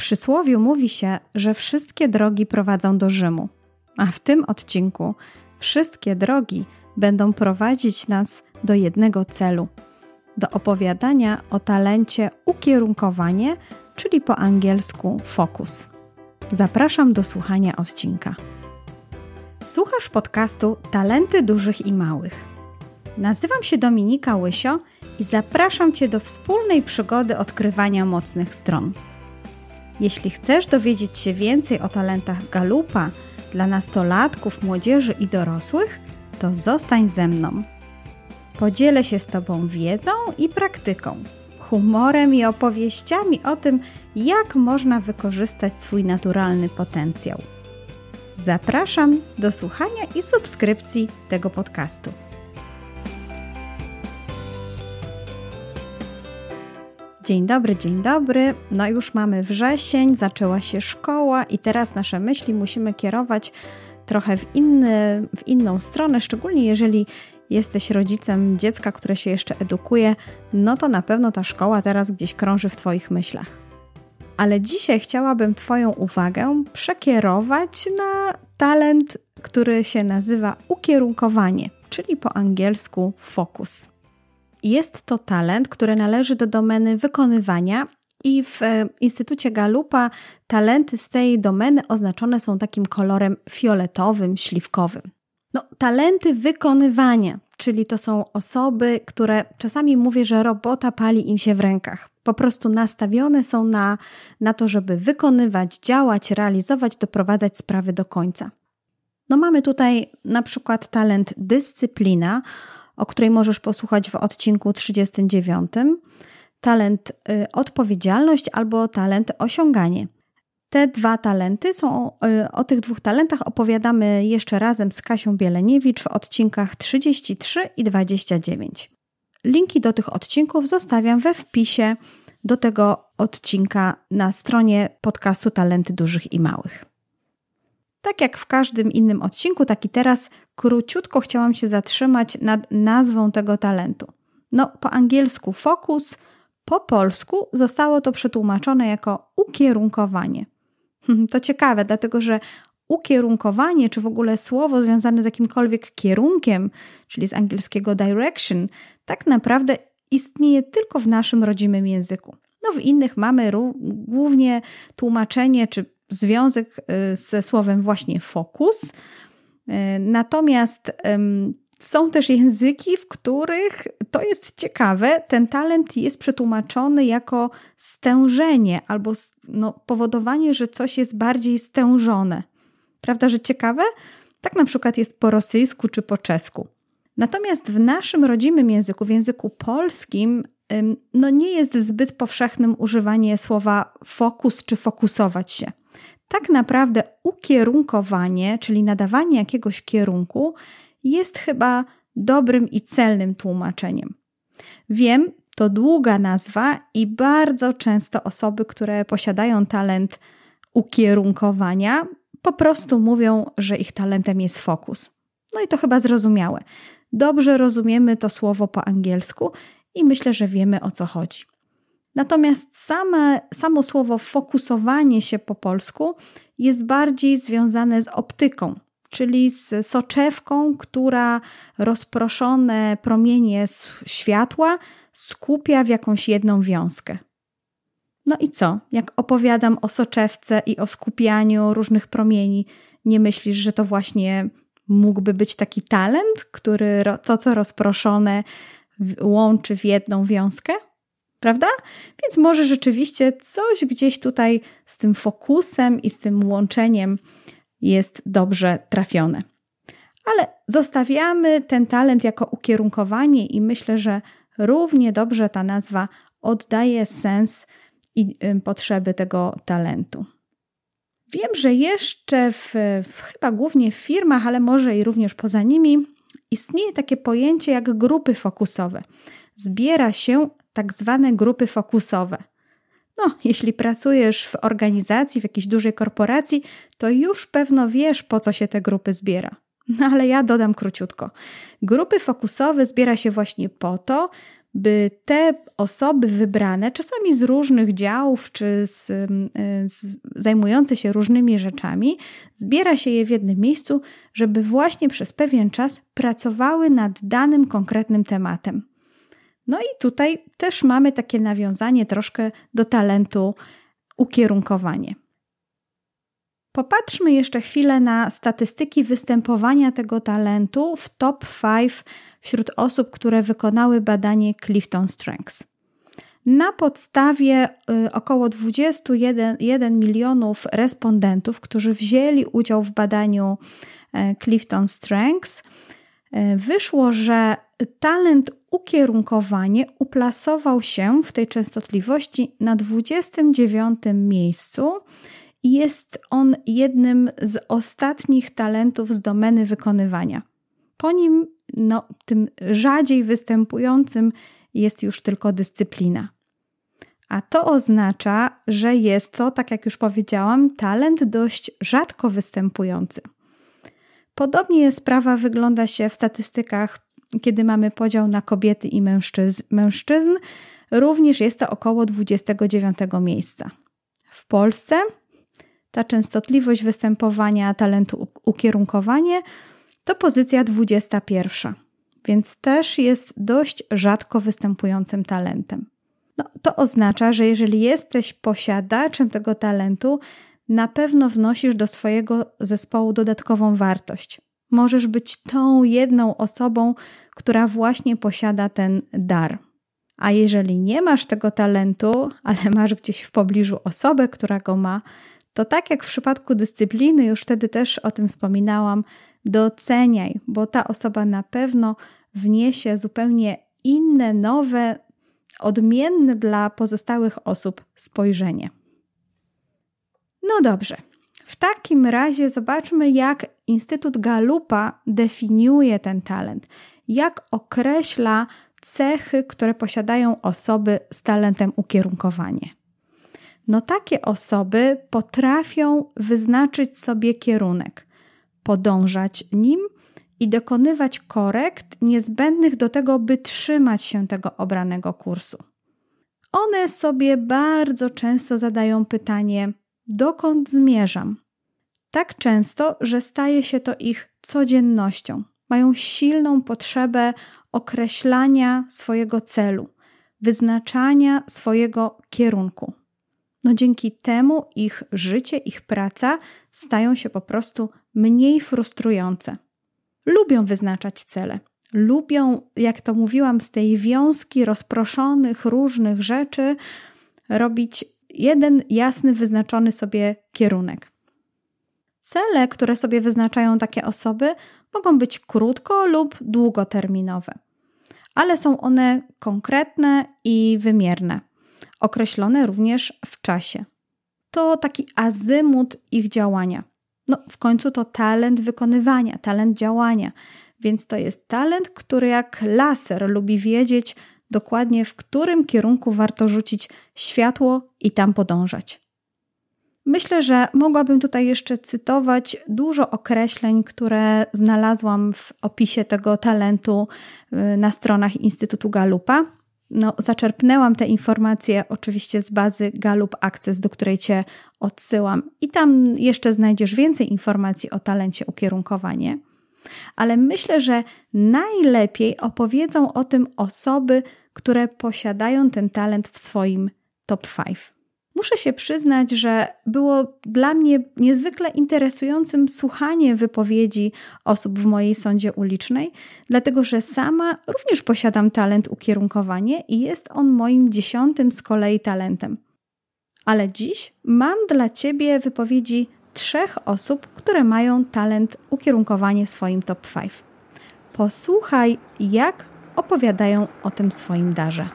przysłowiu mówi się, że wszystkie drogi prowadzą do Rzymu, a w tym odcinku wszystkie drogi będą prowadzić nas do jednego celu, do opowiadania o talencie ukierunkowanie, czyli po angielsku focus. Zapraszam do słuchania odcinka. Słuchasz podcastu Talenty Dużych i Małych. Nazywam się Dominika Łysio i zapraszam Cię do wspólnej przygody odkrywania mocnych stron. Jeśli chcesz dowiedzieć się więcej o talentach Galupa dla nastolatków, młodzieży i dorosłych, to zostań ze mną. Podzielę się z Tobą wiedzą i praktyką, humorem i opowieściami o tym, jak można wykorzystać swój naturalny potencjał. Zapraszam do słuchania i subskrypcji tego podcastu. Dzień dobry. No już mamy wrzesień, zaczęła się szkoła i teraz nasze myśli musimy kierować trochę w inną stronę, szczególnie jeżeli jesteś rodzicem dziecka, które się jeszcze edukuje, no to na pewno ta szkoła teraz gdzieś krąży w Twoich myślach. Ale dzisiaj chciałabym Twoją uwagę przekierować na talent, który się nazywa ukierunkowanie, czyli po angielsku focus. Jest to talent, który należy do domeny wykonywania i w Instytucie Galupa talenty z tej domeny oznaczone są takim kolorem fioletowym, śliwkowym. Talenty wykonywania, czyli to są osoby, które czasami mówię, że robota pali im się w rękach. Po prostu nastawione są na to, żeby wykonywać, działać, realizować, doprowadzać sprawy do końca. Mamy tutaj na przykład talent dyscyplina, o której możesz posłuchać w odcinku 39, talent odpowiedzialność albo talent osiąganie. Te dwa talenty o tych dwóch talentach opowiadamy jeszcze razem z Kasią Bieleniewicz w odcinkach 33 i 29. Linki do tych odcinków zostawiam we wpisie do tego odcinka na stronie podcastu Talenty Dużych i Małych. Tak jak w każdym innym odcinku, tak i teraz króciutko chciałam się zatrzymać nad nazwą tego talentu. Po angielsku focus, po polsku zostało to przetłumaczone jako ukierunkowanie. To ciekawe, dlatego że ukierunkowanie, czy w ogóle słowo związane z jakimkolwiek kierunkiem, czyli z angielskiego direction, tak naprawdę istnieje tylko w naszym rodzimym języku. W innych mamy głównie tłumaczenie, czy związek ze słowem właśnie focus. Natomiast są też języki, w których, to jest ciekawe, ten talent jest przetłumaczony jako stężenie albo powodowanie, że coś jest bardziej stężone. Prawda, że ciekawe? Tak na przykład jest po rosyjsku czy po czesku. Natomiast w naszym rodzimym języku, w języku polskim, nie jest zbyt powszechnym używanie słowa fokus czy fokusować się. Tak naprawdę ukierunkowanie, czyli nadawanie jakiegoś kierunku, jest chyba dobrym i celnym tłumaczeniem. Wiem, to długa nazwa i bardzo często osoby, które posiadają talent ukierunkowania, po prostu mówią, że ich talentem jest fokus. I to chyba zrozumiałe. Dobrze rozumiemy to słowo po angielsku i myślę, że wiemy, o co chodzi. Natomiast samo słowo fokusowanie się po polsku jest bardziej związane z optyką, czyli z soczewką, która rozproszone promienie światła skupia w jakąś jedną wiązkę. I co? Jak opowiadam o soczewce i o skupianiu różnych promieni, nie myślisz, że to właśnie mógłby być taki talent, który to, co rozproszone, łączy w jedną wiązkę? Prawda? Więc może rzeczywiście coś gdzieś tutaj z tym fokusem i z tym łączeniem jest dobrze trafione. Ale zostawiamy ten talent jako ukierunkowanie i myślę, że równie dobrze ta nazwa oddaje sens i potrzeby tego talentu. Wiem, że jeszcze chyba głównie w firmach, ale może i również poza nimi, istnieje takie pojęcie jak grupy fokusowe. Zbiera się tak zwane grupy fokusowe. Jeśli pracujesz w organizacji, w jakiejś dużej korporacji, to już pewno wiesz, po co się te grupy zbiera. Ale ja dodam króciutko. Grupy fokusowe zbiera się właśnie po to, by te osoby wybrane, czasami z różnych działów, czy zajmujące się różnymi rzeczami, zbiera się je w jednym miejscu, żeby właśnie przez pewien czas pracowały nad danym konkretnym tematem. No i tutaj też mamy takie nawiązanie troszkę do talentu ukierunkowanie. Popatrzmy jeszcze chwilę na statystyki występowania tego talentu w top 5 wśród osób, które wykonały badanie Clifton Strengths. Na podstawie około 21 milionów respondentów, którzy wzięli udział w badaniu Clifton Strengths, wyszło, że talent ukierunkowanie uplasował się w tej częstotliwości na 29 miejscu i jest on jednym z ostatnich talentów z domeny wykonywania. Po nim, tym rzadziej występującym jest już tylko dyscyplina. A to oznacza, że jest to, tak jak już powiedziałam, talent dość rzadko występujący. Podobnie sprawa wygląda się w statystykach, kiedy mamy podział na kobiety i mężczyzn. Również jest to około 29 miejsca. W Polsce ta częstotliwość występowania talentu ukierunkowanie to pozycja 21, więc też jest dość rzadko występującym talentem. To oznacza, że jeżeli jesteś posiadaczem tego talentu, na pewno wnosisz do swojego zespołu dodatkową wartość. Możesz być tą jedną osobą, która właśnie posiada ten dar. A jeżeli nie masz tego talentu, ale masz gdzieś w pobliżu osobę, która go ma, to tak jak w przypadku dyscypliny, już wtedy też o tym wspominałam, doceniaj, bo ta osoba na pewno wniesie zupełnie inne, nowe, odmienne dla pozostałych osób spojrzenie. No dobrze, w takim razie zobaczmy, jak Instytut Gallupa definiuje ten talent, jak określa cechy, które posiadają osoby z talentem ukierunkowanie. Takie osoby potrafią wyznaczyć sobie kierunek, podążać nim i dokonywać korekt niezbędnych do tego, by trzymać się tego obranego kursu. One sobie bardzo często zadają pytanie, dokąd zmierzam? Tak często, że staje się to ich codziennością. Mają silną potrzebę określania swojego celu, wyznaczania swojego kierunku. Dzięki temu ich życie, ich praca stają się po prostu mniej frustrujące. Lubią wyznaczać cele. Lubią, jak to mówiłam, z tej wiązki rozproszonych różnych rzeczy robić jeden jasny, wyznaczony sobie kierunek. Cele, które sobie wyznaczają takie osoby, mogą być krótko lub długoterminowe, ale są one konkretne i wymierne, określone również w czasie. To taki azymut ich działania. W końcu to talent wykonywania, talent działania, więc to jest talent, który jak laser lubi wiedzieć dokładnie, w którym kierunku warto rzucić światło i tam podążać. Myślę, że mogłabym tutaj jeszcze cytować dużo określeń, które znalazłam w opisie tego talentu na stronach Instytutu Gallupa. Zaczerpnęłam te informacje oczywiście z bazy Gallup Access, do której Cię odsyłam i tam jeszcze znajdziesz więcej informacji o talencie ukierunkowanie. Ale myślę, że najlepiej opowiedzą o tym osoby, które posiadają ten talent w swoim top 5. Muszę się przyznać, że było dla mnie niezwykle interesującym słuchanie wypowiedzi osób w mojej sądzie ulicznej, dlatego że sama również posiadam talent ukierunkowanie i jest on moim 10. z kolei talentem. Ale dziś mam dla Ciebie wypowiedzi 3 osób, które mają talent ukierunkowanie w swoim top 5. Posłuchaj, jak opowiadają o tym swoim darze.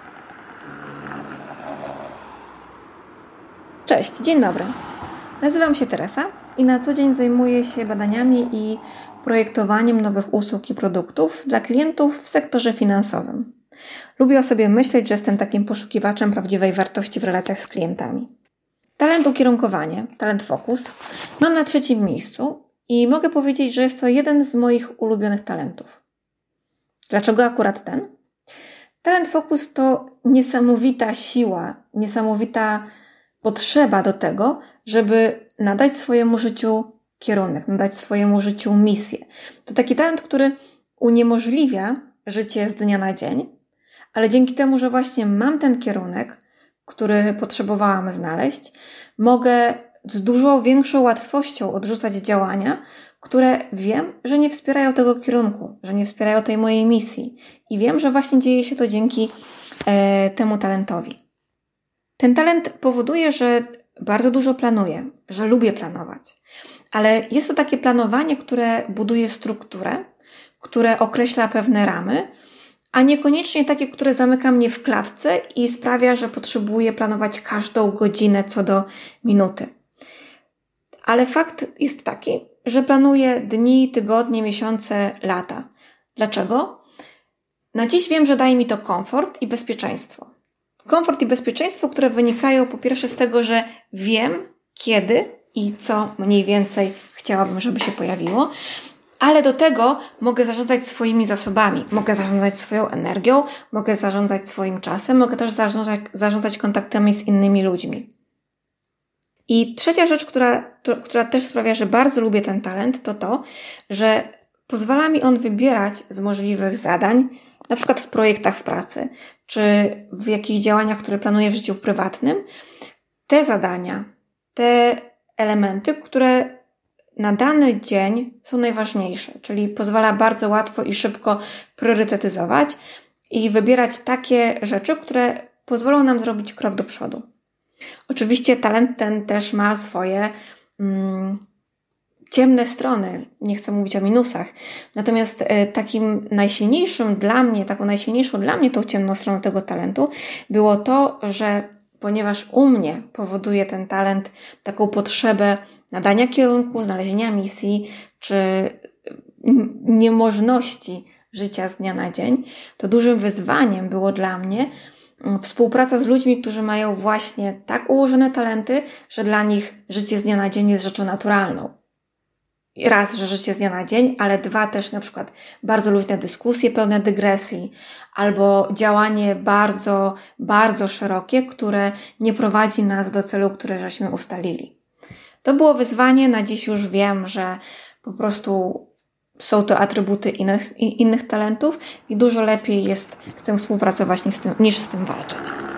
Cześć, dzień dobry. Nazywam się Teresa i na co dzień zajmuję się badaniami i projektowaniem nowych usług i produktów dla klientów w sektorze finansowym. Lubię o sobie myśleć, że jestem takim poszukiwaczem prawdziwej wartości w relacjach z klientami. Talent ukierunkowanie, talent fokus mam na 3. miejscu i mogę powiedzieć, że jest to jeden z moich ulubionych talentów. Dlaczego akurat ten? Talent Focus to niesamowita siła, niesamowita potrzeba do tego, żeby nadać swojemu życiu kierunek, nadać swojemu życiu misję. To taki talent, który uniemożliwia życie z dnia na dzień, ale dzięki temu, że właśnie mam ten kierunek, który potrzebowałam znaleźć, mogę z dużo większą łatwością odrzucać działania, które wiem, że nie wspierają tego kierunku, że nie wspierają tej mojej misji. I wiem, że właśnie dzieje się to dzięki temu talentowi. Ten talent powoduje, że bardzo dużo planuję, że lubię planować. Ale jest to takie planowanie, które buduje strukturę, które określa pewne ramy, a niekoniecznie takie, które zamyka mnie w klatce i sprawia, że potrzebuję planować każdą godzinę co do minuty. Ale fakt jest taki, że planuję dni, tygodnie, miesiące, lata. Dlaczego? Na dziś wiem, że daje mi to komfort i bezpieczeństwo. Komfort i bezpieczeństwo, które wynikają po pierwsze z tego, że wiem, kiedy i co mniej więcej chciałabym, żeby się pojawiło, ale do tego mogę zarządzać swoimi zasobami, mogę zarządzać swoją energią, mogę zarządzać swoim czasem, mogę też zarządzać kontaktami z innymi ludźmi. I trzecia rzecz, która też sprawia, że bardzo lubię ten talent, to to, że pozwala mi on wybierać z możliwych zadań, na przykład w projektach w pracy, czy w jakichś działaniach, które planuję w życiu prywatnym, te zadania, te elementy, które na dany dzień są najważniejsze, czyli pozwala bardzo łatwo i szybko priorytetyzować i wybierać takie rzeczy, które pozwolą nam zrobić krok do przodu. Oczywiście talent ten też ma swoje ciemne strony, nie chcę mówić o minusach, natomiast taką najsilniejszą dla mnie tą ciemną stroną tego talentu było to, że ponieważ u mnie powoduje ten talent taką potrzebę nadania kierunku, znalezienia misji, czy niemożności życia z dnia na dzień, to dużym wyzwaniem było dla mnie współpraca z ludźmi, którzy mają właśnie tak ułożone talenty, że dla nich życie z dnia na dzień jest rzeczą naturalną. Raz, że życie z dnia na dzień, ale dwa też na przykład bardzo luźne dyskusje pełne dygresji albo działanie bardzo, bardzo szerokie, które nie prowadzi nas do celu, który żeśmy ustalili. To było wyzwanie, na dziś już wiem, że po prostu są to atrybuty innych talentów i dużo lepiej jest z tym współpracować niż z tym walczyć.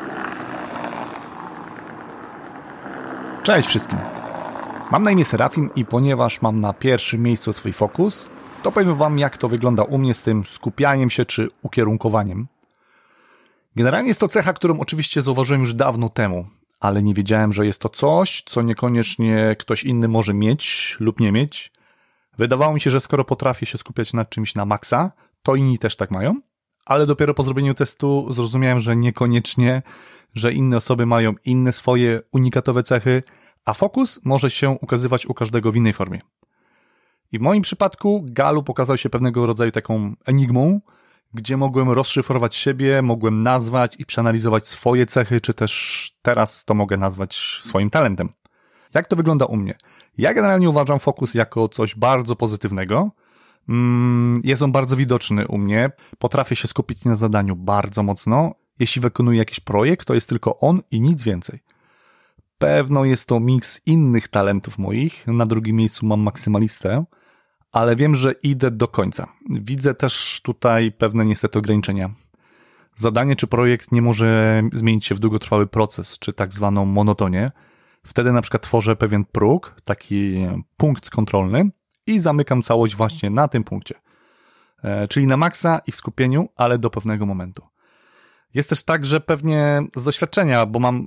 Cześć wszystkim. Mam na imię Serafim i ponieważ mam na pierwszym miejscu swój fokus, to powiem Wam, jak to wygląda u mnie z tym skupianiem się czy ukierunkowaniem. Generalnie jest to cecha, którą oczywiście zauważyłem już dawno temu, ale nie wiedziałem, że jest to coś, co niekoniecznie ktoś inny może mieć lub nie mieć. Wydawało mi się, że skoro potrafię się skupiać nad czymś na maksa, to inni też tak mają, ale dopiero po zrobieniu testu zrozumiałem, że niekoniecznie, że inne osoby mają inne swoje unikatowe cechy, a fokus może się ukazywać u każdego w innej formie. I w moim przypadku Galup okazał się pewnego rodzaju taką enigmą, gdzie mogłem rozszyfrować siebie, mogłem nazwać i przeanalizować swoje cechy, czy też teraz to mogę nazwać swoim talentem. Jak to wygląda u mnie? Ja generalnie uważam fokus jako coś bardzo pozytywnego. Jest on bardzo widoczny u mnie. Potrafię się skupić na zadaniu bardzo mocno. Jeśli wykonuję jakiś projekt, to jest tylko on i nic więcej. Pewno jest to miks innych talentów moich. Na drugim miejscu mam maksymalistę, ale wiem, że idę do końca. Widzę też tutaj pewne niestety ograniczenia. Zadanie czy projekt nie może zmienić się w długotrwały proces, czy tak zwaną monotonię. Wtedy na przykład tworzę pewien próg, taki punkt kontrolny i zamykam całość właśnie na tym punkcie. Czyli na maksa i w skupieniu, ale do pewnego momentu. Jest też tak, że pewnie z doświadczenia, bo mam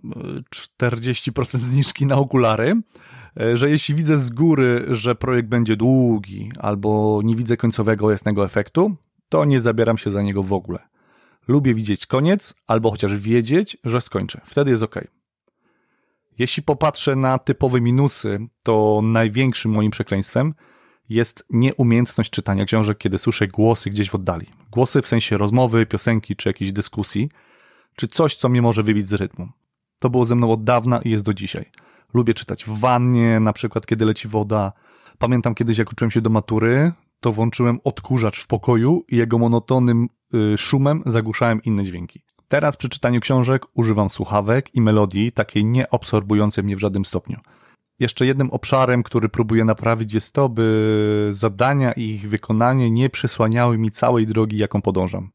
40% zniżki na okulary, że jeśli widzę z góry, że projekt będzie długi albo nie widzę końcowego jasnego efektu, to nie zabieram się za niego w ogóle. Lubię widzieć koniec albo chociaż wiedzieć, że skończę. Wtedy jest ok. Jeśli popatrzę na typowe minusy, to największym moim przekleństwem jest nieumiejętność czytania książek, kiedy słyszę głosy gdzieś w oddali. Głosy w sensie rozmowy, piosenki czy jakiejś dyskusji, czy coś, co mnie może wybić z rytmu. To było ze mną od dawna i jest do dzisiaj. Lubię czytać w wannie, na przykład kiedy leci woda. Pamiętam kiedyś, jak uczyłem się do matury, to włączyłem odkurzacz w pokoju i jego monotonnym szumem zagłuszałem inne dźwięki. Teraz przy czytaniu książek używam słuchawek i melodii takiej nieabsorbującej mnie w żadnym stopniu. Jeszcze jednym obszarem, który próbuję naprawić, jest to, by zadania i ich wykonanie nie przysłaniały mi całej drogi, jaką podążam.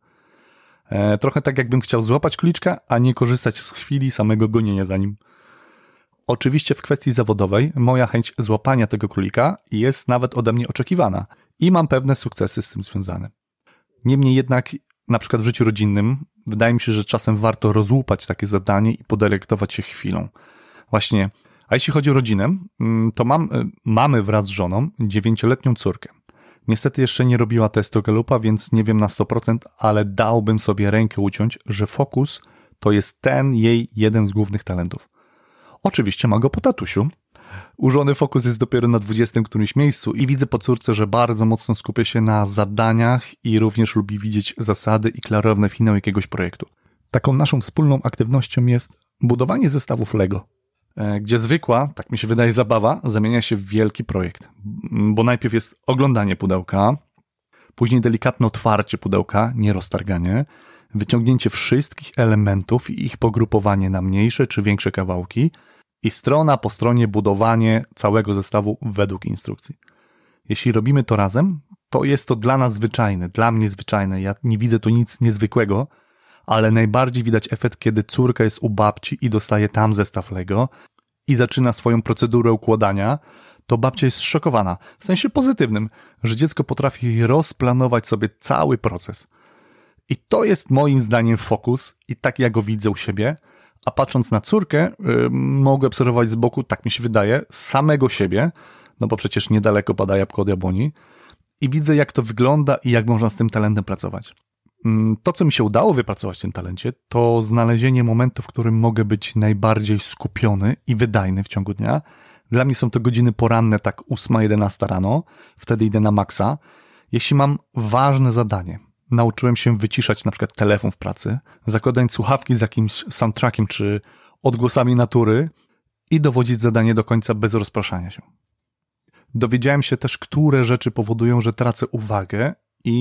Trochę tak, jakbym chciał złapać króliczka, a nie korzystać z chwili samego gonienia za nim. Oczywiście w kwestii zawodowej moja chęć złapania tego królika jest nawet ode mnie oczekiwana i mam pewne sukcesy z tym związane. Niemniej jednak, na przykład w życiu rodzinnym, wydaje mi się, że czasem warto rozłupać takie zadanie i podelektować się chwilą. Właśnie, a jeśli chodzi o rodzinę, to mamy wraz z żoną 9-letnią córkę. Niestety jeszcze nie robiła testu Gallupa, więc nie wiem na 100%, ale dałbym sobie rękę uciąć, że fokus to jest ten jej jeden z głównych talentów. Oczywiście ma go po tatusiu. U żony fokus jest dopiero na 20 którymś miejscu i widzę po córce, że bardzo mocno skupia się na zadaniach i również lubi widzieć zasady i klarowny finał jakiegoś projektu. Taką naszą wspólną aktywnością jest budowanie zestawów Lego, gdzie zwykła, tak mi się wydaje, zabawa zamienia się w wielki projekt. Bo najpierw jest oglądanie pudełka, później delikatne otwarcie pudełka, nie roztarganie, wyciągnięcie wszystkich elementów i ich pogrupowanie na mniejsze czy większe kawałki i strona po stronie budowanie całego zestawu według instrukcji. Jeśli robimy to razem, to jest to dla nas zwyczajne, dla mnie zwyczajne. Ja nie widzę tu nic niezwykłego, ale najbardziej widać efekt, kiedy córka jest u babci i dostaje tam zestaw Lego i zaczyna swoją procedurę układania, to babcia jest zszokowana, w sensie pozytywnym, że dziecko potrafi rozplanować sobie cały proces. I to jest moim zdaniem fokus i tak ja go widzę u siebie, a patrząc na córkę mogę obserwować z boku, tak mi się wydaje, samego siebie, no bo przecież niedaleko pada jabłko od jabłoni i widzę jak to wygląda i jak można z tym talentem pracować. To, co mi się udało wypracować w tym talencie, to znalezienie momentu, w którym mogę być najbardziej skupiony i wydajny w ciągu dnia. Dla mnie są to godziny poranne, tak 8-11 rano, wtedy idę na maksa. Jeśli mam ważne zadanie, nauczyłem się wyciszać na przykład telefon w pracy, zakładając słuchawki z jakimś soundtrackiem czy odgłosami natury i dowodzić zadanie do końca bez rozpraszania się. Dowiedziałem się też, które rzeczy powodują, że tracę uwagę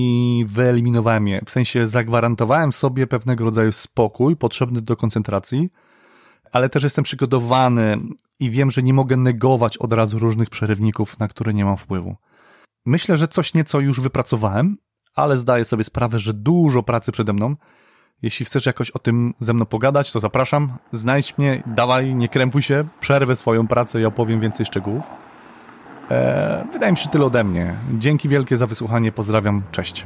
i wyeliminowałem je. W sensie zagwarantowałem sobie pewnego rodzaju spokój potrzebny do koncentracji, ale też jestem przygotowany i wiem, że nie mogę negować od razu różnych przerywników, na które nie mam wpływu. Myślę, że coś nieco już wypracowałem, ale zdaję sobie sprawę, że dużo pracy przede mną. Jeśli chcesz jakoś o tym ze mną pogadać, to zapraszam. Znajdź mnie, dawaj, nie krępuj się, przerwę swoją pracę i opowiem więcej szczegółów. Wydaje mi się tyle ode mnie. Dzięki wielkie za wysłuchanie, pozdrawiam, cześć.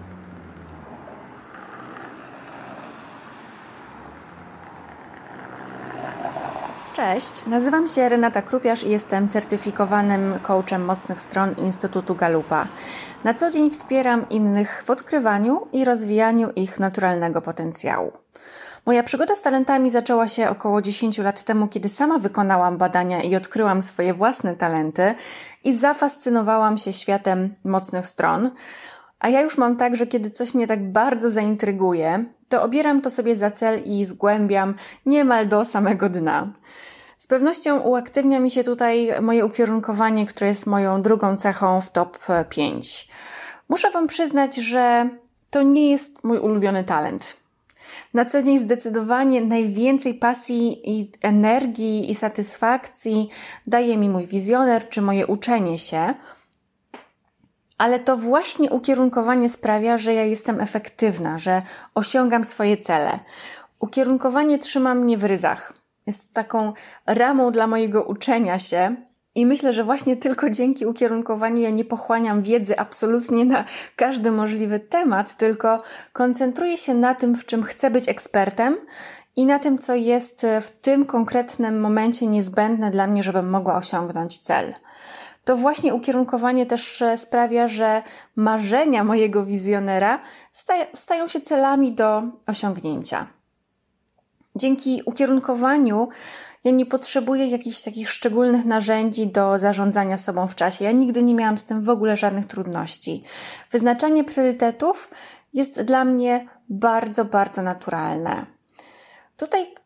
Cześć, nazywam się Renata Krupiarz i jestem certyfikowanym coachem mocnych stron Instytutu Gallupa. Na co dzień wspieram innych w odkrywaniu i rozwijaniu ich naturalnego potencjału. Moja przygoda z talentami zaczęła się około 10 lat temu, kiedy sama wykonałam badania i odkryłam swoje własne talenty i zafascynowałam się światem mocnych stron. A ja już mam tak, że kiedy coś mnie tak bardzo zaintryguje, to obieram to sobie za cel i zgłębiam niemal do samego dna. Z pewnością uaktywnia mi się tutaj moje ukierunkowanie, które jest moją drugą cechą w top 5. Muszę Wam przyznać, że to nie jest mój ulubiony talent. Na co dzień zdecydowanie najwięcej pasji i energii i satysfakcji daje mi mój wizjoner czy moje uczenie się, ale to właśnie ukierunkowanie sprawia, że ja jestem efektywna, że osiągam swoje cele. Ukierunkowanie trzyma mnie w ryzach. Jest taką ramą dla mojego uczenia się i myślę, że właśnie tylko dzięki ukierunkowaniu ja nie pochłaniam wiedzy absolutnie na każdy możliwy temat, tylko koncentruję się na tym, w czym chcę być ekspertem i na tym, co jest w tym konkretnym momencie niezbędne dla mnie, żebym mogła osiągnąć cel. To właśnie ukierunkowanie też sprawia, że marzenia mojego wizjonera stają się celami do osiągnięcia. Dzięki ukierunkowaniu ja nie potrzebuję jakichś takich szczególnych narzędzi do zarządzania sobą w czasie. Ja nigdy nie miałam z tym w ogóle żadnych trudności. Wyznaczanie priorytetów jest dla mnie bardzo, bardzo naturalne. Tutaj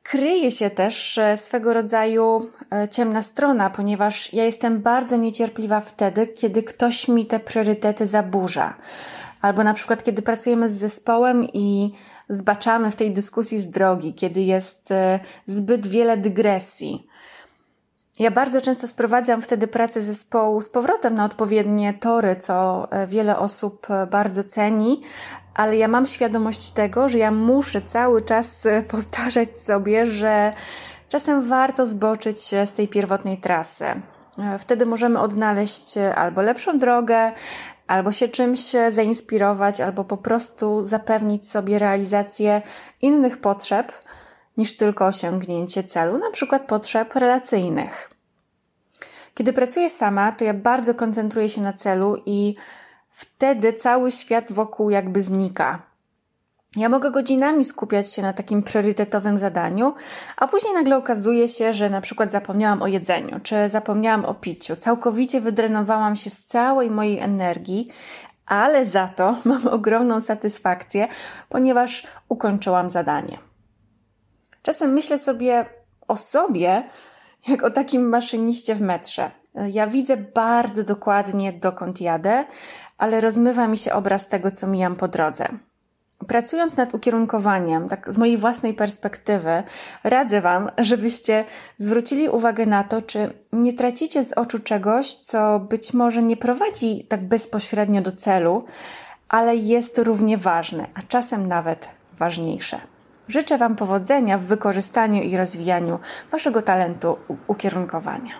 kryje się też swego rodzaju ciemna strona, ponieważ ja jestem bardzo niecierpliwa wtedy, kiedy ktoś mi te priorytety zaburza. Albo na przykład, kiedy pracujemy z zespołem i zbaczamy w tej dyskusji z drogi, kiedy jest zbyt wiele dygresji. Ja bardzo często sprowadzam wtedy pracę zespołu z powrotem na odpowiednie tory, co wiele osób bardzo ceni, ale ja mam świadomość tego, że ja muszę cały czas powtarzać sobie, że czasem warto zboczyć z tej pierwotnej trasy. Wtedy możemy odnaleźć albo lepszą drogę, albo się czymś zainspirować, albo po prostu zapewnić sobie realizację innych potrzeb niż tylko osiągnięcie celu, na przykład potrzeb relacyjnych. Kiedy pracuję sama, to ja bardzo koncentruję się na celu i wtedy cały świat wokół jakby znika. Ja mogę godzinami skupiać się na takim priorytetowym zadaniu, a później nagle okazuje się, że na przykład zapomniałam o jedzeniu, czy zapomniałam o piciu. Całkowicie wydrenowałam się z całej mojej energii, ale za to mam ogromną satysfakcję, ponieważ ukończyłam zadanie. Czasem myślę sobie o sobie jak o takim maszyniście w metrze. Ja widzę bardzo dokładnie, dokąd jadę, ale rozmywa mi się obraz tego, co mijam po drodze. Pracując nad ukierunkowaniem, tak z mojej własnej perspektywy, radzę Wam, żebyście zwrócili uwagę na to, czy nie tracicie z oczu czegoś, co być może nie prowadzi tak bezpośrednio do celu, ale jest równie ważne, a czasem nawet ważniejsze. Życzę Wam powodzenia w wykorzystaniu i rozwijaniu Waszego talentu ukierunkowania.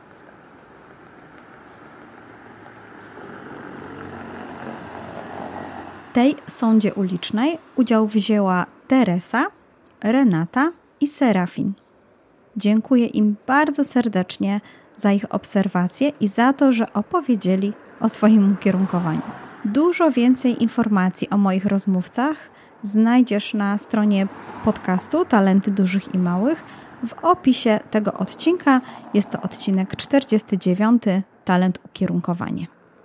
W tej sądzie ulicznej udział wzięła Teresa, Renata i Serafin. Dziękuję im bardzo serdecznie za ich obserwacje i za to, że opowiedzieli o swoim ukierunkowaniu. Dużo więcej informacji o moich rozmówcach znajdziesz na stronie podcastu Talenty Dużych i Małych. W opisie tego odcinka jest to odcinek 49, Talent Ukierunkowanie.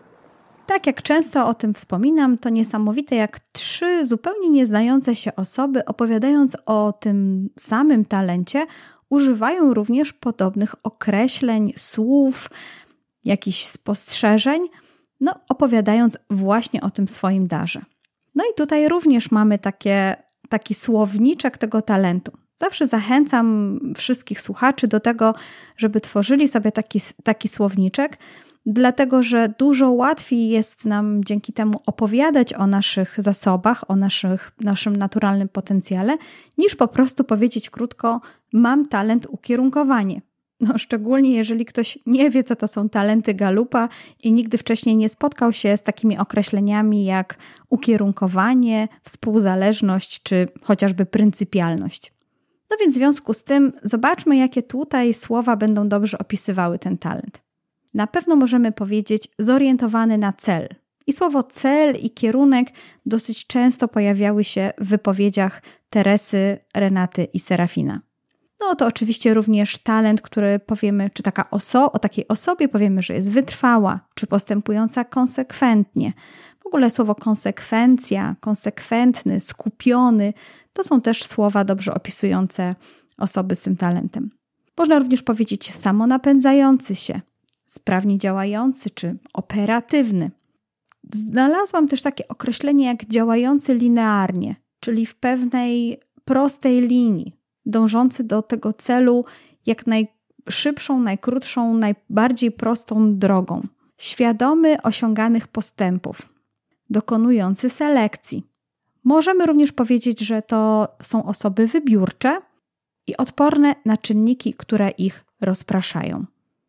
Tak jak często o tym wspominam, to niesamowite, jak 3 zupełnie nieznające się osoby, opowiadając o tym samym talencie, używają również podobnych określeń, słów, jakichś spostrzeżeń, opowiadając właśnie o tym swoim darze. No i tutaj również mamy taki słowniczek tego talentu. Zawsze zachęcam wszystkich słuchaczy do tego, żeby tworzyli sobie taki słowniczek, dlatego że dużo łatwiej jest nam dzięki temu opowiadać o naszych zasobach, o naszym naturalnym potencjale, niż po prostu powiedzieć krótko: mam talent ukierunkowanie. Szczególnie jeżeli ktoś nie wie, co to są talenty Galupa i nigdy wcześniej nie spotkał się z takimi określeniami jak ukierunkowanie, współzależność czy chociażby pryncypialność. No więc w związku z tym zobaczmy, jakie tutaj słowa będą dobrze opisywały ten talent. Na pewno możemy powiedzieć zorientowany na cel. I słowo cel i kierunek dosyć często pojawiały się w wypowiedziach Teresy, Renaty i Serafina. No to oczywiście również talent, który powiemy, czy o takiej osobie powiemy, że jest wytrwała, czy postępująca konsekwentnie. W ogóle słowo konsekwencja, konsekwentny, skupiony, to są też słowa dobrze opisujące osoby z tym talentem. Można również powiedzieć samonapędzający się, sprawnie działający czy operatywny. Znalazłam też takie określenie jak działający linearnie, czyli w pewnej prostej linii, dążący do tego celu jak najszybszą, najkrótszą, najbardziej prostą drogą. Świadomy osiąganych postępów, dokonujący selekcji. Możemy również powiedzieć, że to są osoby wybiórcze i odporne na czynniki, które ich rozpraszają.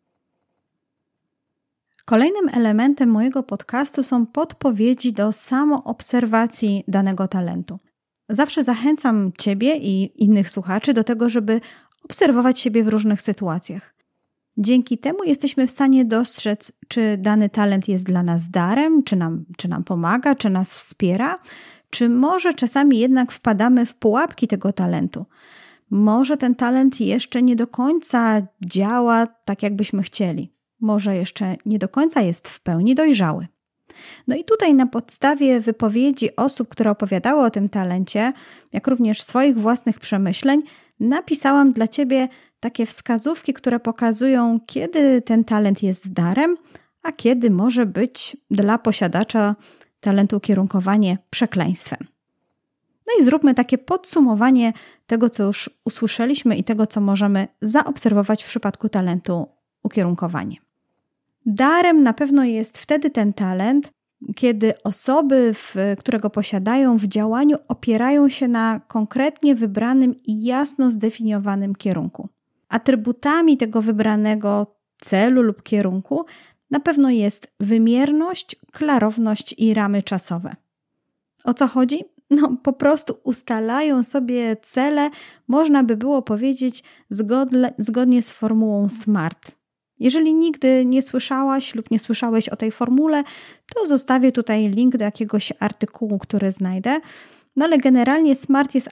Kolejnym elementem mojego podcastu są podpowiedzi do samoobserwacji danego talentu. Zawsze zachęcam Ciebie i innych słuchaczy do tego, żeby obserwować siebie w różnych sytuacjach. Dzięki temu jesteśmy w stanie dostrzec, czy dany talent jest dla nas darem, czy nam pomaga, czy nas wspiera, czy może czasami jednak wpadamy w pułapki tego talentu. Może ten talent jeszcze nie do końca działa tak, jakbyśmy chcieli. Może jeszcze nie do końca jest w pełni dojrzały. No i tutaj na podstawie wypowiedzi osób, które opowiadały o tym talencie, jak również swoich własnych przemyśleń, napisałam dla Ciebie takie wskazówki, które pokazują, kiedy ten talent jest darem, a kiedy może być dla posiadacza talentu ukierunkowanie przekleństwem. No i zróbmy takie podsumowanie tego, co już usłyszeliśmy i tego, co możemy zaobserwować w przypadku talentu ukierunkowanie. Darem na pewno jest wtedy ten talent, kiedy osoby, które go posiadają, w działaniu opierają się na konkretnie wybranym i jasno zdefiniowanym kierunku. Atrybutami tego wybranego celu lub kierunku na pewno jest wymierność, klarowność i ramy czasowe. O co chodzi? No, po prostu ustalają sobie cele, można by było powiedzieć, zgodnie z formułą SMART. Jeżeli nigdy nie słyszałaś lub nie słyszałeś o tej formule, to zostawię tutaj link do jakiegoś artykułu, który znajdę. No ale generalnie SMART jest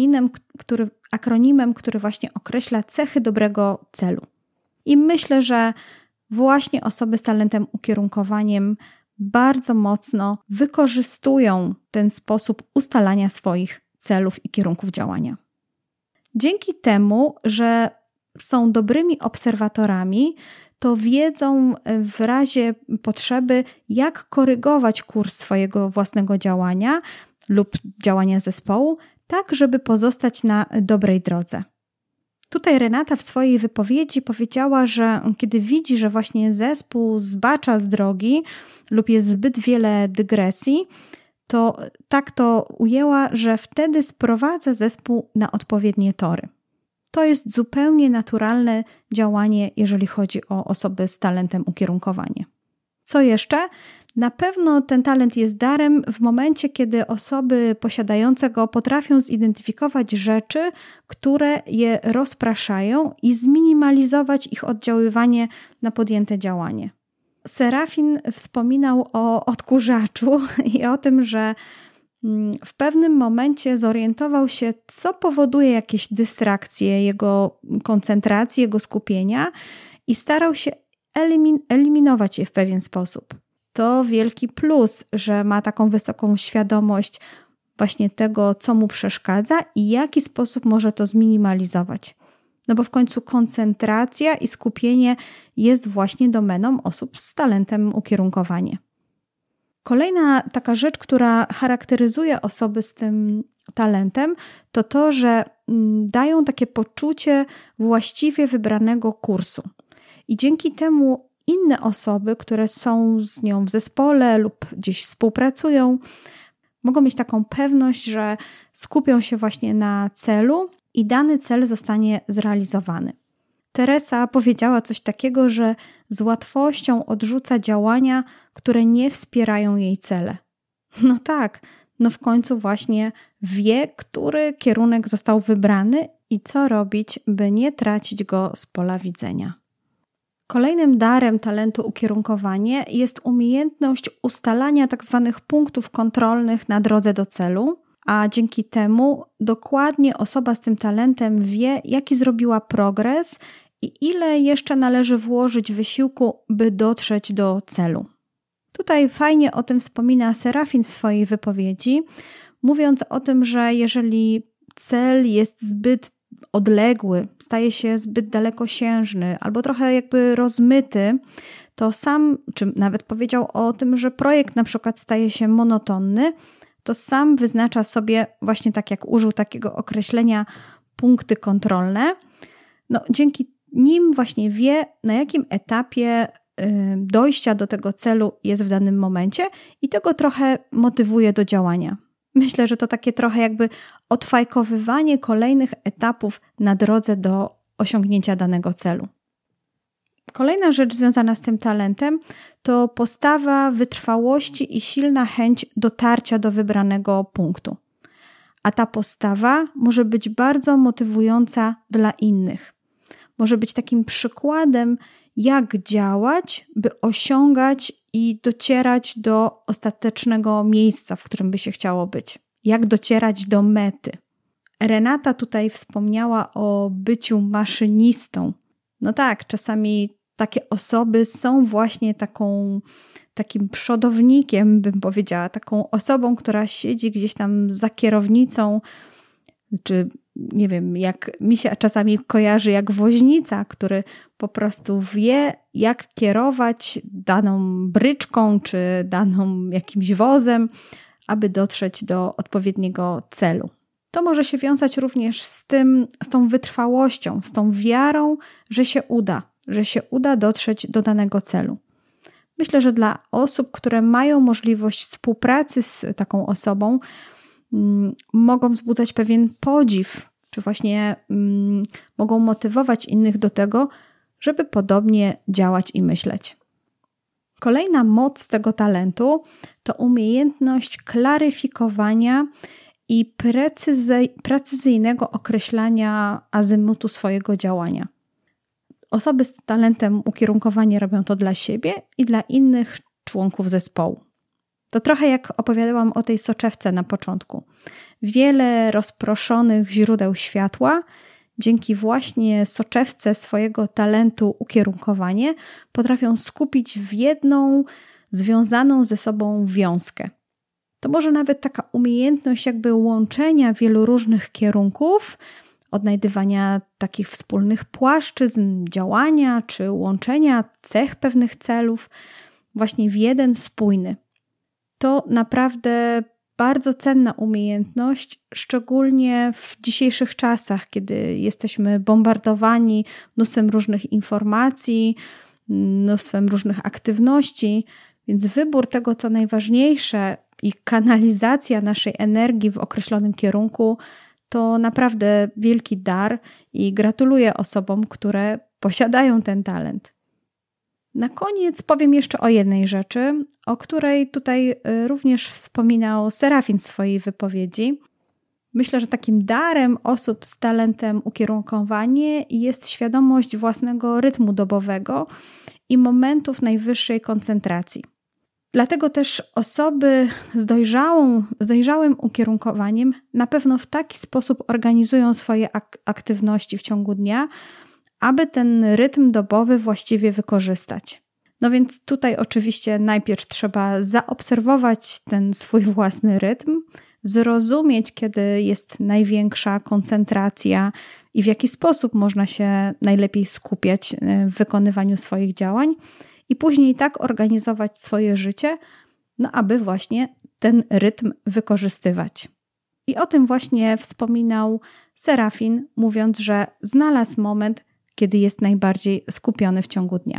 akronimem, który właśnie określa cechy dobrego celu. I myślę, że właśnie osoby z talentem ukierunkowaniem bardzo mocno wykorzystują ten sposób ustalania swoich celów i kierunków działania. Dzięki temu, że są dobrymi obserwatorami, to wiedzą w razie potrzeby, jak korygować kurs swojego własnego działania lub działania zespołu, tak żeby pozostać na dobrej drodze. Tutaj Renata w swojej wypowiedzi powiedziała, że kiedy widzi, że właśnie zespół zbacza z drogi lub jest zbyt wiele dygresji, to tak to ujęła, że wtedy sprowadza zespół na odpowiednie tory. To jest zupełnie naturalne działanie, jeżeli chodzi o osoby z talentem ukierunkowanie. Co jeszcze? Na pewno ten talent jest darem w momencie, kiedy osoby posiadające go potrafią zidentyfikować rzeczy, które je rozpraszają i zminimalizować ich oddziaływanie na podjęte działanie. Serafin wspominał o odkurzaczu i o tym, że w pewnym momencie zorientował się, co powoduje jakieś dystrakcje jego koncentracji, jego skupienia i starał się eliminować je w pewien sposób. To wielki plus, że ma taką wysoką świadomość właśnie tego, co mu przeszkadza i w jaki sposób może to zminimalizować. No bo w końcu koncentracja i skupienie jest właśnie domeną osób z talentem ukierunkowanie. Kolejna taka rzecz, która charakteryzuje osoby z tym talentem, to to, że dają takie poczucie właściwie wybranego kursu. I dzięki temu inne osoby, które są z nią w zespole lub gdzieś współpracują, mogą mieć taką pewność, że skupią się właśnie na celu i dany cel zostanie zrealizowany. Teresa powiedziała coś takiego, że z łatwością odrzuca działania, które nie wspierają jej cele. No tak, no w końcu właśnie wie, który kierunek został wybrany i co robić, by nie tracić go z pola widzenia. Kolejnym darem talentu ukierunkowanie jest umiejętność ustalania tzw. punktów kontrolnych na drodze do celu, a dzięki temu dokładnie osoba z tym talentem wie, jaki zrobiła progres i ile jeszcze należy włożyć wysiłku, by dotrzeć do celu. Tutaj fajnie o tym wspomina Serafin w swojej wypowiedzi, mówiąc o tym, że jeżeli cel jest zbyt odległy, staje się zbyt dalekosiężny albo trochę jakby rozmyty, to sam, czy nawet powiedział o tym, że projekt na przykład staje się monotonny, to sam wyznacza sobie właśnie tak jak użył takiego określenia punkty kontrolne. No, dzięki nim właśnie wie, na jakim etapie dojścia do tego celu jest w danym momencie i to go trochę motywuje do działania. Myślę, że to takie trochę jakby odfajkowywanie kolejnych etapów na drodze do osiągnięcia danego celu. Kolejna rzecz związana z tym talentem to postawa wytrwałości i silna chęć dotarcia do wybranego punktu. A ta postawa może być bardzo motywująca dla innych. Może być takim przykładem, jak działać, by osiągać i docierać do ostatecznego miejsca, w którym by się chciało być. Jak docierać do mety. Renata tutaj wspomniała o byciu maszynistą. No tak, czasami takie osoby są właśnie takim przodownikiem, bym powiedziała, taką osobą, która siedzi gdzieś tam za kierownicą, czy nie wiem, jak mi się czasami kojarzy jak woźnica, który po prostu wie, jak kierować daną bryczką, czy daną jakimś wozem, aby dotrzeć do odpowiedniego celu. To może się wiązać również z tą wytrwałością, z tą wiarą, że się uda dotrzeć do danego celu. Myślę, że dla osób, które mają możliwość współpracy z taką osobą, mogą wzbudzać pewien podziw, czy właśnie mogą motywować innych do tego, żeby podobnie działać i myśleć. Kolejna moc tego talentu to umiejętność klaryfikowania i precyzyjnego określania azymutu swojego działania. Osoby z talentem ukierunkowania robią to dla siebie i dla innych członków zespołu. To trochę jak opowiadałam o tej soczewce na początku. Wiele rozproszonych źródeł światła dzięki właśnie soczewce swojego talentu ukierunkowanie potrafią skupić w jedną związaną ze sobą wiązkę. To może nawet taka umiejętność jakby łączenia wielu różnych kierunków, odnajdywania takich wspólnych płaszczyzn działania, czy łączenia cech pewnych celów właśnie w jeden spójny. To naprawdę bardzo cenna umiejętność, szczególnie w dzisiejszych czasach, kiedy jesteśmy bombardowani mnóstwem różnych informacji, mnóstwem różnych aktywności, więc wybór tego, co najważniejsze i kanalizacja naszej energii w określonym kierunku to naprawdę wielki dar i gratuluję osobom, które posiadają ten talent. Na koniec powiem jeszcze o jednej rzeczy, o której tutaj również wspominał Serafin w swojej wypowiedzi. Myślę, że takim darem osób z talentem ukierunkowanie jest świadomość własnego rytmu dobowego i momentów najwyższej koncentracji. Dlatego też osoby z dojrzałym ukierunkowaniem na pewno w taki sposób organizują swoje aktywności w ciągu dnia, aby ten rytm dobowy właściwie wykorzystać. No więc tutaj oczywiście najpierw trzeba zaobserwować ten swój własny rytm, zrozumieć, kiedy jest największa koncentracja i w jaki sposób można się najlepiej skupiać w wykonywaniu swoich działań i później tak organizować swoje życie, aby właśnie ten rytm wykorzystywać. I o tym właśnie wspominał Serafin, mówiąc, że znalazł moment, kiedy jest najbardziej skupiony w ciągu dnia.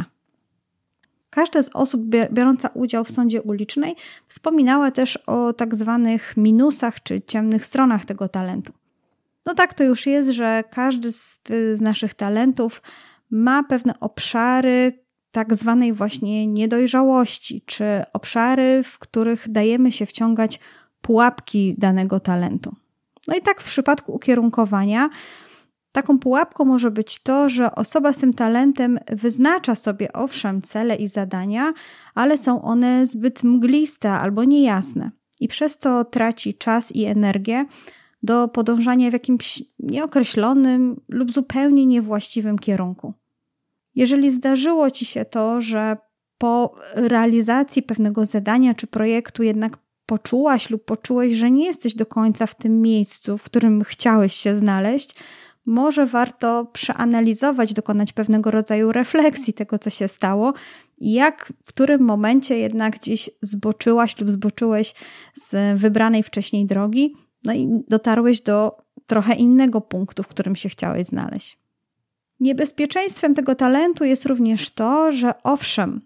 Każda z osób biorąca udział w sądzie ulicznej wspominała też o tak zwanych minusach czy ciemnych stronach tego talentu. No tak to już jest, że każdy z naszych talentów ma pewne obszary tak zwanej właśnie niedojrzałości, czy obszary, w których dajemy się wciągać pułapki danego talentu. No i tak w przypadku ukierunkowania taką pułapką może być to, że osoba z tym talentem wyznacza sobie owszem cele i zadania, ale są one zbyt mgliste albo niejasne i przez to traci czas i energię do podążania w jakimś nieokreślonym lub zupełnie niewłaściwym kierunku. Jeżeli zdarzyło Ci się to, że po realizacji pewnego zadania czy projektu jednak poczułaś lub poczułeś, że nie jesteś do końca w tym miejscu, w którym chciałeś się znaleźć, może warto przeanalizować, dokonać pewnego rodzaju refleksji tego, co się stało i w którym momencie jednak gdzieś zboczyłaś lub zboczyłeś z wybranej wcześniej drogi, no i dotarłeś do trochę innego punktu, w którym się chciałeś znaleźć. Niebezpieczeństwem tego talentu jest również to, że owszem,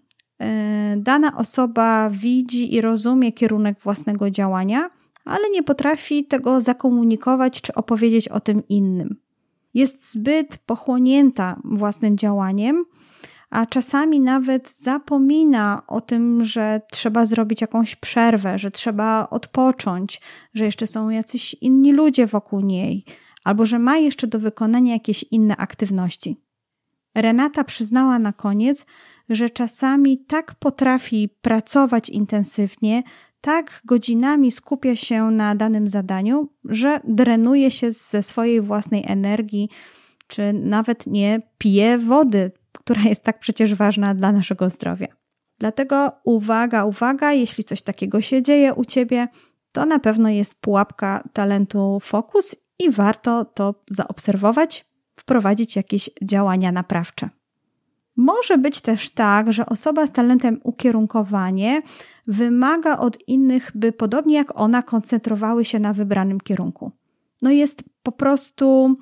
dana osoba widzi i rozumie kierunek własnego działania, ale nie potrafi tego zakomunikować czy opowiedzieć o tym innym. Jest zbyt pochłonięta własnym działaniem, a czasami nawet zapomina o tym, że trzeba zrobić jakąś przerwę, że trzeba odpocząć, że jeszcze są jacyś inni ludzie wokół niej, albo że ma jeszcze do wykonania jakieś inne aktywności. Renata przyznała na koniec, że czasami tak potrafi pracować intensywnie, tak godzinami skupia się na danym zadaniu, że drenuje się ze swojej własnej energii, czy nawet nie pije wody, która jest tak przecież ważna dla naszego zdrowia. Dlatego uwaga, jeśli coś takiego się dzieje u Ciebie, to na pewno jest pułapka talentu fokus i warto to zaobserwować, wprowadzić jakieś działania naprawcze. Może być też tak, że osoba z talentem ukierunkowanie wymaga od innych, by podobnie jak ona koncentrowały się na wybranym kierunku. Jest po prostu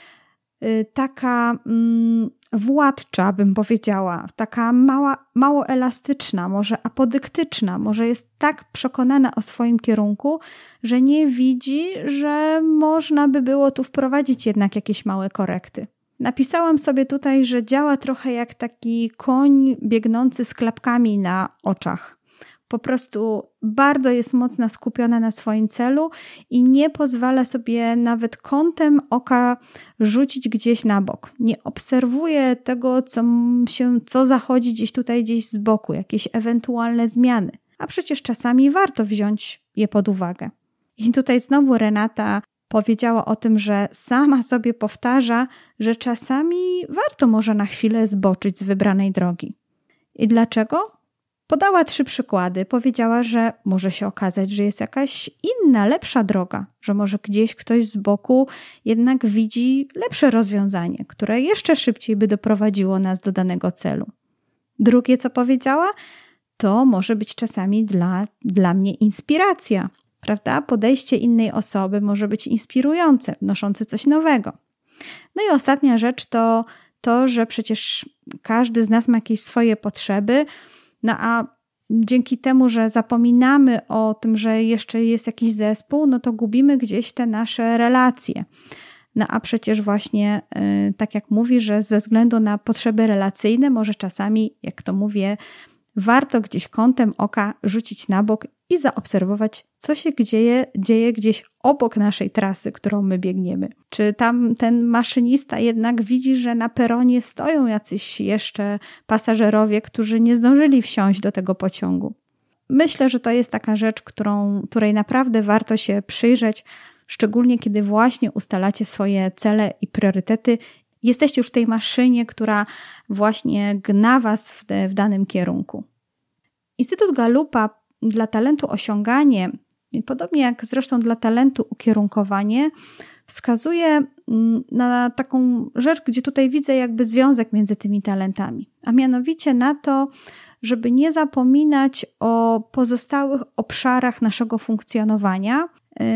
taka władcza, bym powiedziała, taka mało elastyczna, może apodyktyczna, może jest tak przekonana o swoim kierunku, że nie widzi, że można by było tu wprowadzić jednak jakieś małe korekty. Napisałam sobie tutaj, że działa trochę jak taki koń biegnący z klapkami na oczach. Po prostu bardzo jest mocno skupiona na swoim celu i nie pozwala sobie nawet kątem oka rzucić gdzieś na bok. Nie obserwuje tego, co zachodzi gdzieś z boku, jakieś ewentualne zmiany. A przecież czasami warto wziąć je pod uwagę. I tutaj znowu Renata powiedziała o tym, że sama sobie powtarza, że czasami warto może na chwilę zboczyć z wybranej drogi. I dlaczego? Podała 3 przykłady. Powiedziała, że może się okazać, że jest jakaś inna, lepsza droga, że może gdzieś ktoś z boku jednak widzi lepsze rozwiązanie, które jeszcze szybciej by doprowadziło nas do danego celu. Drugie, co powiedziała, to może być czasami dla mnie inspiracja, prawda? Podejście innej osoby może być inspirujące, wnoszące coś nowego. I ostatnia rzecz to, że przecież każdy z nas ma jakieś swoje potrzeby, a dzięki temu, że zapominamy o tym, że jeszcze jest jakiś zespół, to gubimy gdzieś te nasze relacje. A przecież właśnie, tak jak mówi, że ze względu na potrzeby relacyjne może czasami, jak to mówię, warto gdzieś kątem oka rzucić na bok i zaobserwować, co się dzieje gdzieś obok naszej trasy, którą my biegniemy. Czy tam ten maszynista jednak widzi, że na peronie stoją jacyś jeszcze pasażerowie, którzy nie zdążyli wsiąść do tego pociągu. Myślę, że to jest taka rzecz, której naprawdę warto się przyjrzeć, szczególnie kiedy właśnie ustalacie swoje cele i priorytety. Jesteście już w tej maszynie, która właśnie gna was w danym kierunku. Instytut Gallupa dla talentu osiąganie, podobnie jak zresztą dla talentu ukierunkowanie, wskazuje na taką rzecz, gdzie tutaj widzę jakby związek między tymi talentami, a mianowicie na to, żeby nie zapominać o pozostałych obszarach naszego funkcjonowania,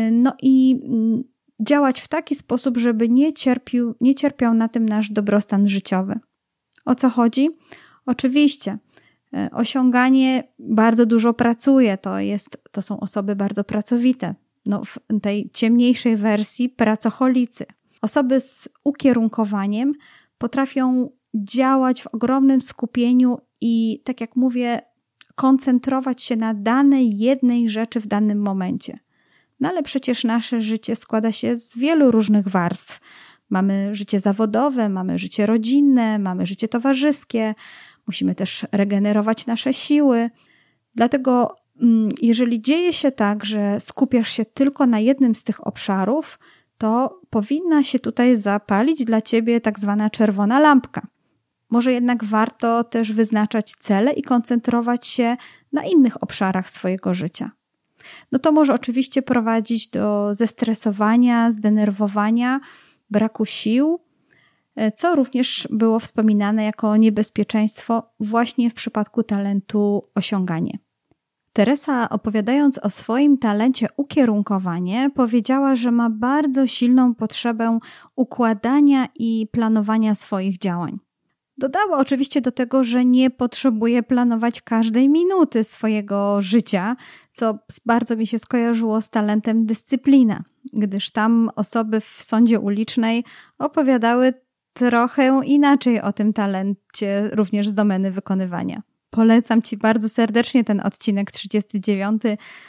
i działać w taki sposób, żeby nie cierpiał na tym nasz dobrostan życiowy. O co chodzi? Oczywiście osiąganie bardzo dużo pracuje, to są osoby bardzo pracowite. W tej ciemniejszej wersji pracocholicy. Osoby z ukierunkowaniem potrafią działać w ogromnym skupieniu i, tak jak mówię, koncentrować się na danej jednej rzeczy w danym momencie. Ale przecież nasze życie składa się z wielu różnych warstw. Mamy życie zawodowe, mamy życie rodzinne, mamy życie towarzyskie, musimy też regenerować nasze siły. Dlatego jeżeli dzieje się tak, że skupiasz się tylko na jednym z tych obszarów, to powinna się tutaj zapalić dla ciebie tak zwana czerwona lampka. Może jednak warto też wyznaczać cele i koncentrować się na innych obszarach swojego życia. To może oczywiście prowadzić do zestresowania, zdenerwowania, braku sił, co również było wspominane jako niebezpieczeństwo właśnie w przypadku talentu osiąganie. Teresa, opowiadając o swoim talencie ukierunkowanie, powiedziała, że ma bardzo silną potrzebę układania i planowania swoich działań. Dodała oczywiście do tego, że nie potrzebuje planować każdej minuty swojego życia, co bardzo mi się skojarzyło z talentem dyscyplina, gdyż tam osoby w sądzie ulicznej opowiadały trochę inaczej o tym talencie, również z domeny wykonywania. Polecam Ci bardzo serdecznie ten odcinek 39.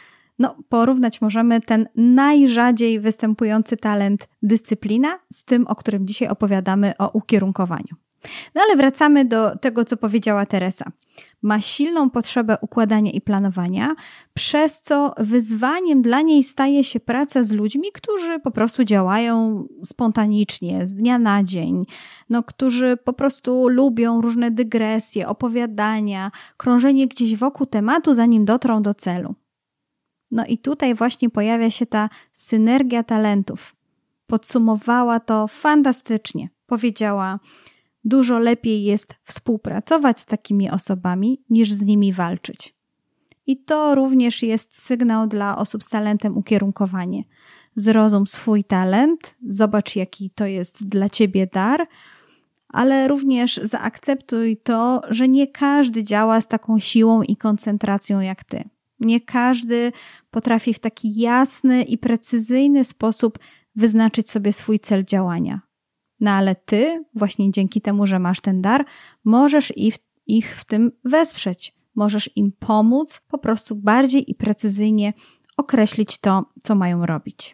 Porównać możemy ten najrzadziej występujący talent dyscyplina z tym, o którym dzisiaj opowiadamy, o ukierunkowaniu. Ale wracamy do tego, co powiedziała Teresa. Ma silną potrzebę układania i planowania, przez co wyzwaniem dla niej staje się praca z ludźmi, którzy po prostu działają spontanicznie, z dnia na dzień, którzy po prostu lubią różne dygresje, opowiadania, krążenie gdzieś wokół tematu, zanim dotrą do celu. I tutaj właśnie pojawia się ta synergia talentów. podsumowała to fantastycznie. Powiedziała: dużo lepiej jest współpracować z takimi osobami, niż z nimi walczyć. I to również jest sygnał dla osób z talentem ukierunkowanie. Zrozum swój talent, zobacz, jaki to jest dla ciebie dar, ale również zaakceptuj to, że nie każdy działa z taką siłą i koncentracją jak ty. Nie każdy potrafi w taki jasny i precyzyjny sposób wyznaczyć sobie swój cel działania. No ale ty, właśnie dzięki temu, że masz ten dar, możesz ich w tym wesprzeć. Możesz im pomóc po prostu bardziej i precyzyjnie określić to, co mają robić.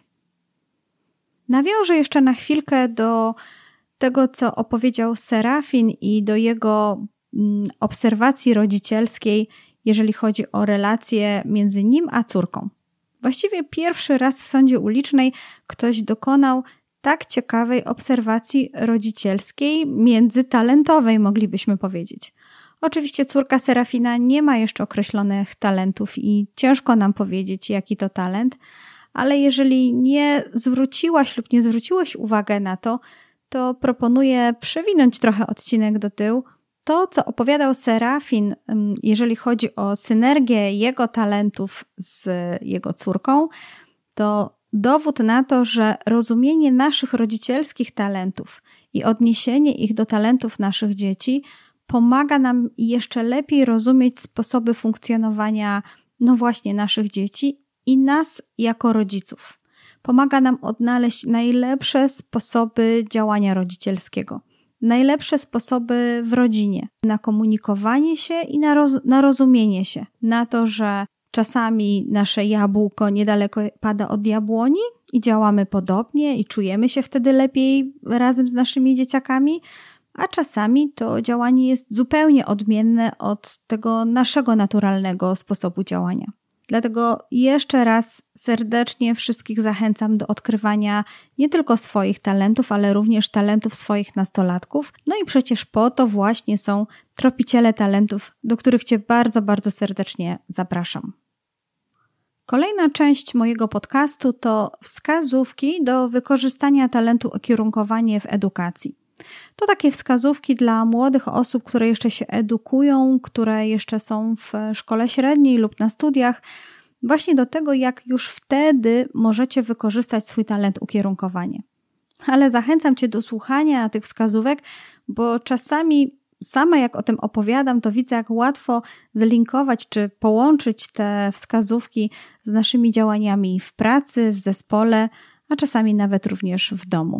Nawiążę jeszcze na chwilkę do tego, co opowiedział Serafin i do jego obserwacji rodzicielskiej, jeżeli chodzi o relacje między nim a córką. Właściwie pierwszy raz w sądzie ulicznej ktoś dokonał tak ciekawej obserwacji rodzicielskiej, międzytalentowej, moglibyśmy powiedzieć. Oczywiście córka Serafina nie ma jeszcze określonych talentów i ciężko nam powiedzieć, jaki to talent, ale jeżeli nie zwróciłaś lub nie zwróciłeś uwagę na to, to proponuję przewinąć trochę odcinek do tyłu. To, co opowiadał Serafin, jeżeli chodzi o synergię jego talentów z jego córką, to dowód na to, że rozumienie naszych rodzicielskich talentów i odniesienie ich do talentów naszych dzieci pomaga nam jeszcze lepiej rozumieć sposoby funkcjonowania, właśnie naszych dzieci i nas jako rodziców. Pomaga nam odnaleźć najlepsze sposoby działania rodzicielskiego, najlepsze sposoby w rodzinie na komunikowanie się i na rozumienie się, na to, że czasami nasze jabłko niedaleko pada od jabłoni i działamy podobnie i czujemy się wtedy lepiej razem z naszymi dzieciakami, a czasami to działanie jest zupełnie odmienne od tego naszego naturalnego sposobu działania. Dlatego jeszcze raz serdecznie wszystkich zachęcam do odkrywania nie tylko swoich talentów, ale również talentów swoich nastolatków. No i przecież po to właśnie są tropiciele talentów, do których Cię bardzo, bardzo serdecznie zapraszam. Kolejna część mojego podcastu to wskazówki do wykorzystania talentu ukierunkowanie w edukacji. To takie wskazówki dla młodych osób, które jeszcze się edukują, które jeszcze są w szkole średniej lub na studiach, właśnie do tego, jak już wtedy możecie wykorzystać swój talent ukierunkowanie. Ale zachęcam Cię do słuchania tych wskazówek, bo czasami sama jak o tym opowiadam, to widzę, jak łatwo zlinkować czy połączyć te wskazówki z naszymi działaniami w pracy, w zespole, a czasami nawet również w domu.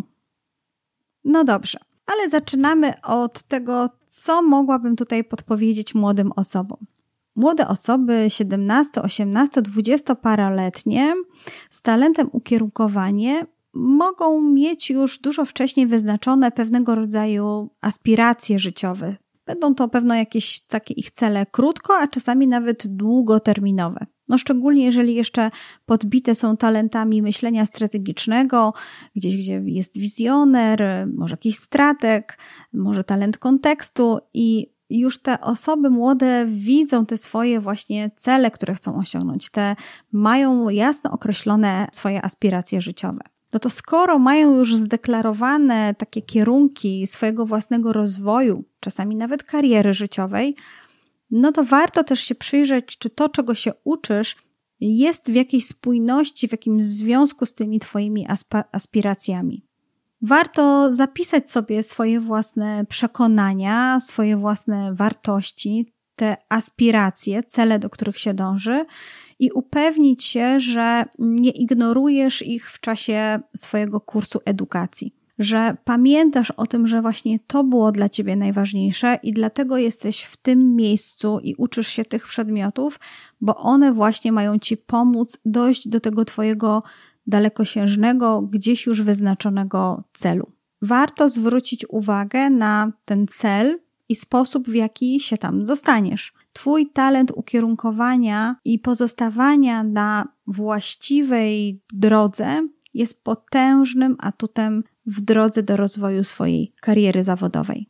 No dobrze, ale zaczynamy od tego, co mogłabym tutaj podpowiedzieć młodym osobom. Młode osoby 17, 18, 20-paroletnie z talentem ukierunkowanie mogą mieć już dużo wcześniej wyznaczone pewnego rodzaju aspiracje życiowe. Będą to pewno jakieś takie ich cele krótko, a czasami nawet długoterminowe. Szczególnie jeżeli jeszcze podbite są talentami myślenia strategicznego, gdzieś gdzie jest wizjoner, może jakiś strateg, może talent kontekstu i już te osoby młode widzą te swoje właśnie cele, które chcą osiągnąć, te mają jasno określone swoje aspiracje życiowe. No to skoro mają już zdeklarowane takie kierunki swojego własnego rozwoju, czasami nawet kariery życiowej, no to warto też się przyjrzeć, czy to, czego się uczysz, jest w jakiejś spójności, w jakimś związku z tymi twoimi aspiracjami. Warto zapisać sobie swoje własne przekonania, swoje własne wartości, te aspiracje, cele, do których się dąży i upewnić się, że nie ignorujesz ich w czasie swojego kursu edukacji. Że pamiętasz o tym, że właśnie to było dla ciebie najważniejsze i dlatego jesteś w tym miejscu i uczysz się tych przedmiotów, bo one właśnie mają ci pomóc dojść do tego twojego dalekosiężnego, gdzieś już wyznaczonego celu. Warto zwrócić uwagę na ten cel i sposób, w jaki się tam dostaniesz. Twój talent ukierunkowania i pozostawania na właściwej drodze jest potężnym atutem w drodze do rozwoju swojej kariery zawodowej.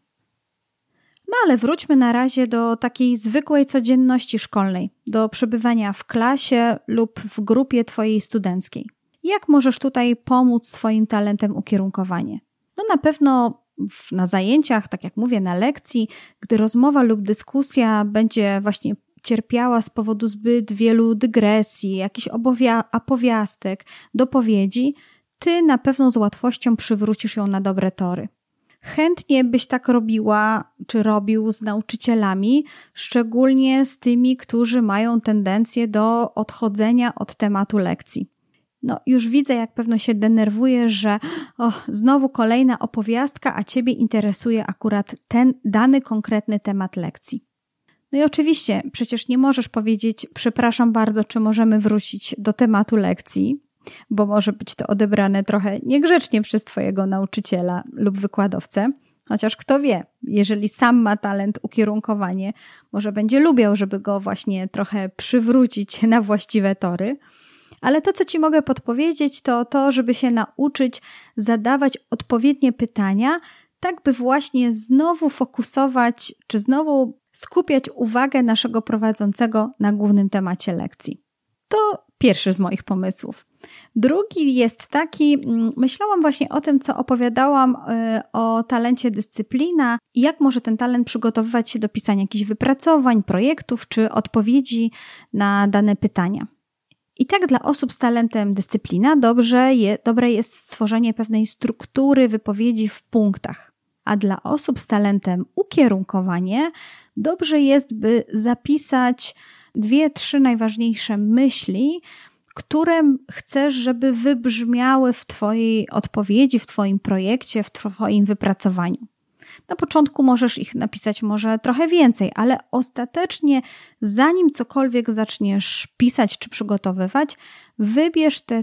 No ale wróćmy na razie do takiej zwykłej codzienności szkolnej, do przebywania w klasie lub w grupie twojej studenckiej. Jak możesz tutaj pomóc swoim talentem ukierunkowanie? No na pewno na zajęciach, tak jak mówię, na lekcji, gdy rozmowa lub dyskusja będzie właśnie cierpiała z powodu zbyt wielu dygresji, jakichś opowiastek, dopowiedzi, ty na pewno z łatwością przywrócisz ją na dobre tory. Chętnie byś tak robiła, czy robił z nauczycielami, szczególnie z tymi, którzy mają tendencję do odchodzenia od tematu lekcji. No już widzę, jak pewno się denerwujesz, że znowu kolejna opowiastka, a ciebie interesuje akurat ten dany konkretny temat lekcji. No i oczywiście, przecież nie możesz powiedzieć, przepraszam bardzo, czy możemy wrócić do tematu lekcji, bo może być to odebrane trochę niegrzecznie przez twojego nauczyciela lub wykładowcę. Chociaż kto wie, jeżeli sam ma talent ukierunkowanie, może będzie lubiał, żeby go właśnie trochę przywrócić na właściwe tory. Ale to, co ci mogę podpowiedzieć, to to, żeby się nauczyć zadawać odpowiednie pytania, tak by właśnie znowu fokusować, czy znowu skupiać uwagę naszego prowadzącego na głównym temacie lekcji. To pierwszy z moich pomysłów. Drugi jest taki, myślałam właśnie o tym, co opowiadałam o talencie dyscyplina i jak może ten talent przygotowywać się do pisania jakichś wypracowań, projektów czy odpowiedzi na dane pytania. I tak dla osób z talentem dyscyplina dobre jest stworzenie pewnej struktury wypowiedzi w punktach. A dla osób z talentem ukierunkowanie dobrze jest, by zapisać 2-3 najważniejsze myśli, które chcesz, żeby wybrzmiały w twojej odpowiedzi, w twoim projekcie, w twoim wypracowaniu. Na początku możesz ich napisać może trochę więcej, ale ostatecznie zanim cokolwiek zaczniesz pisać czy przygotowywać, wybierz te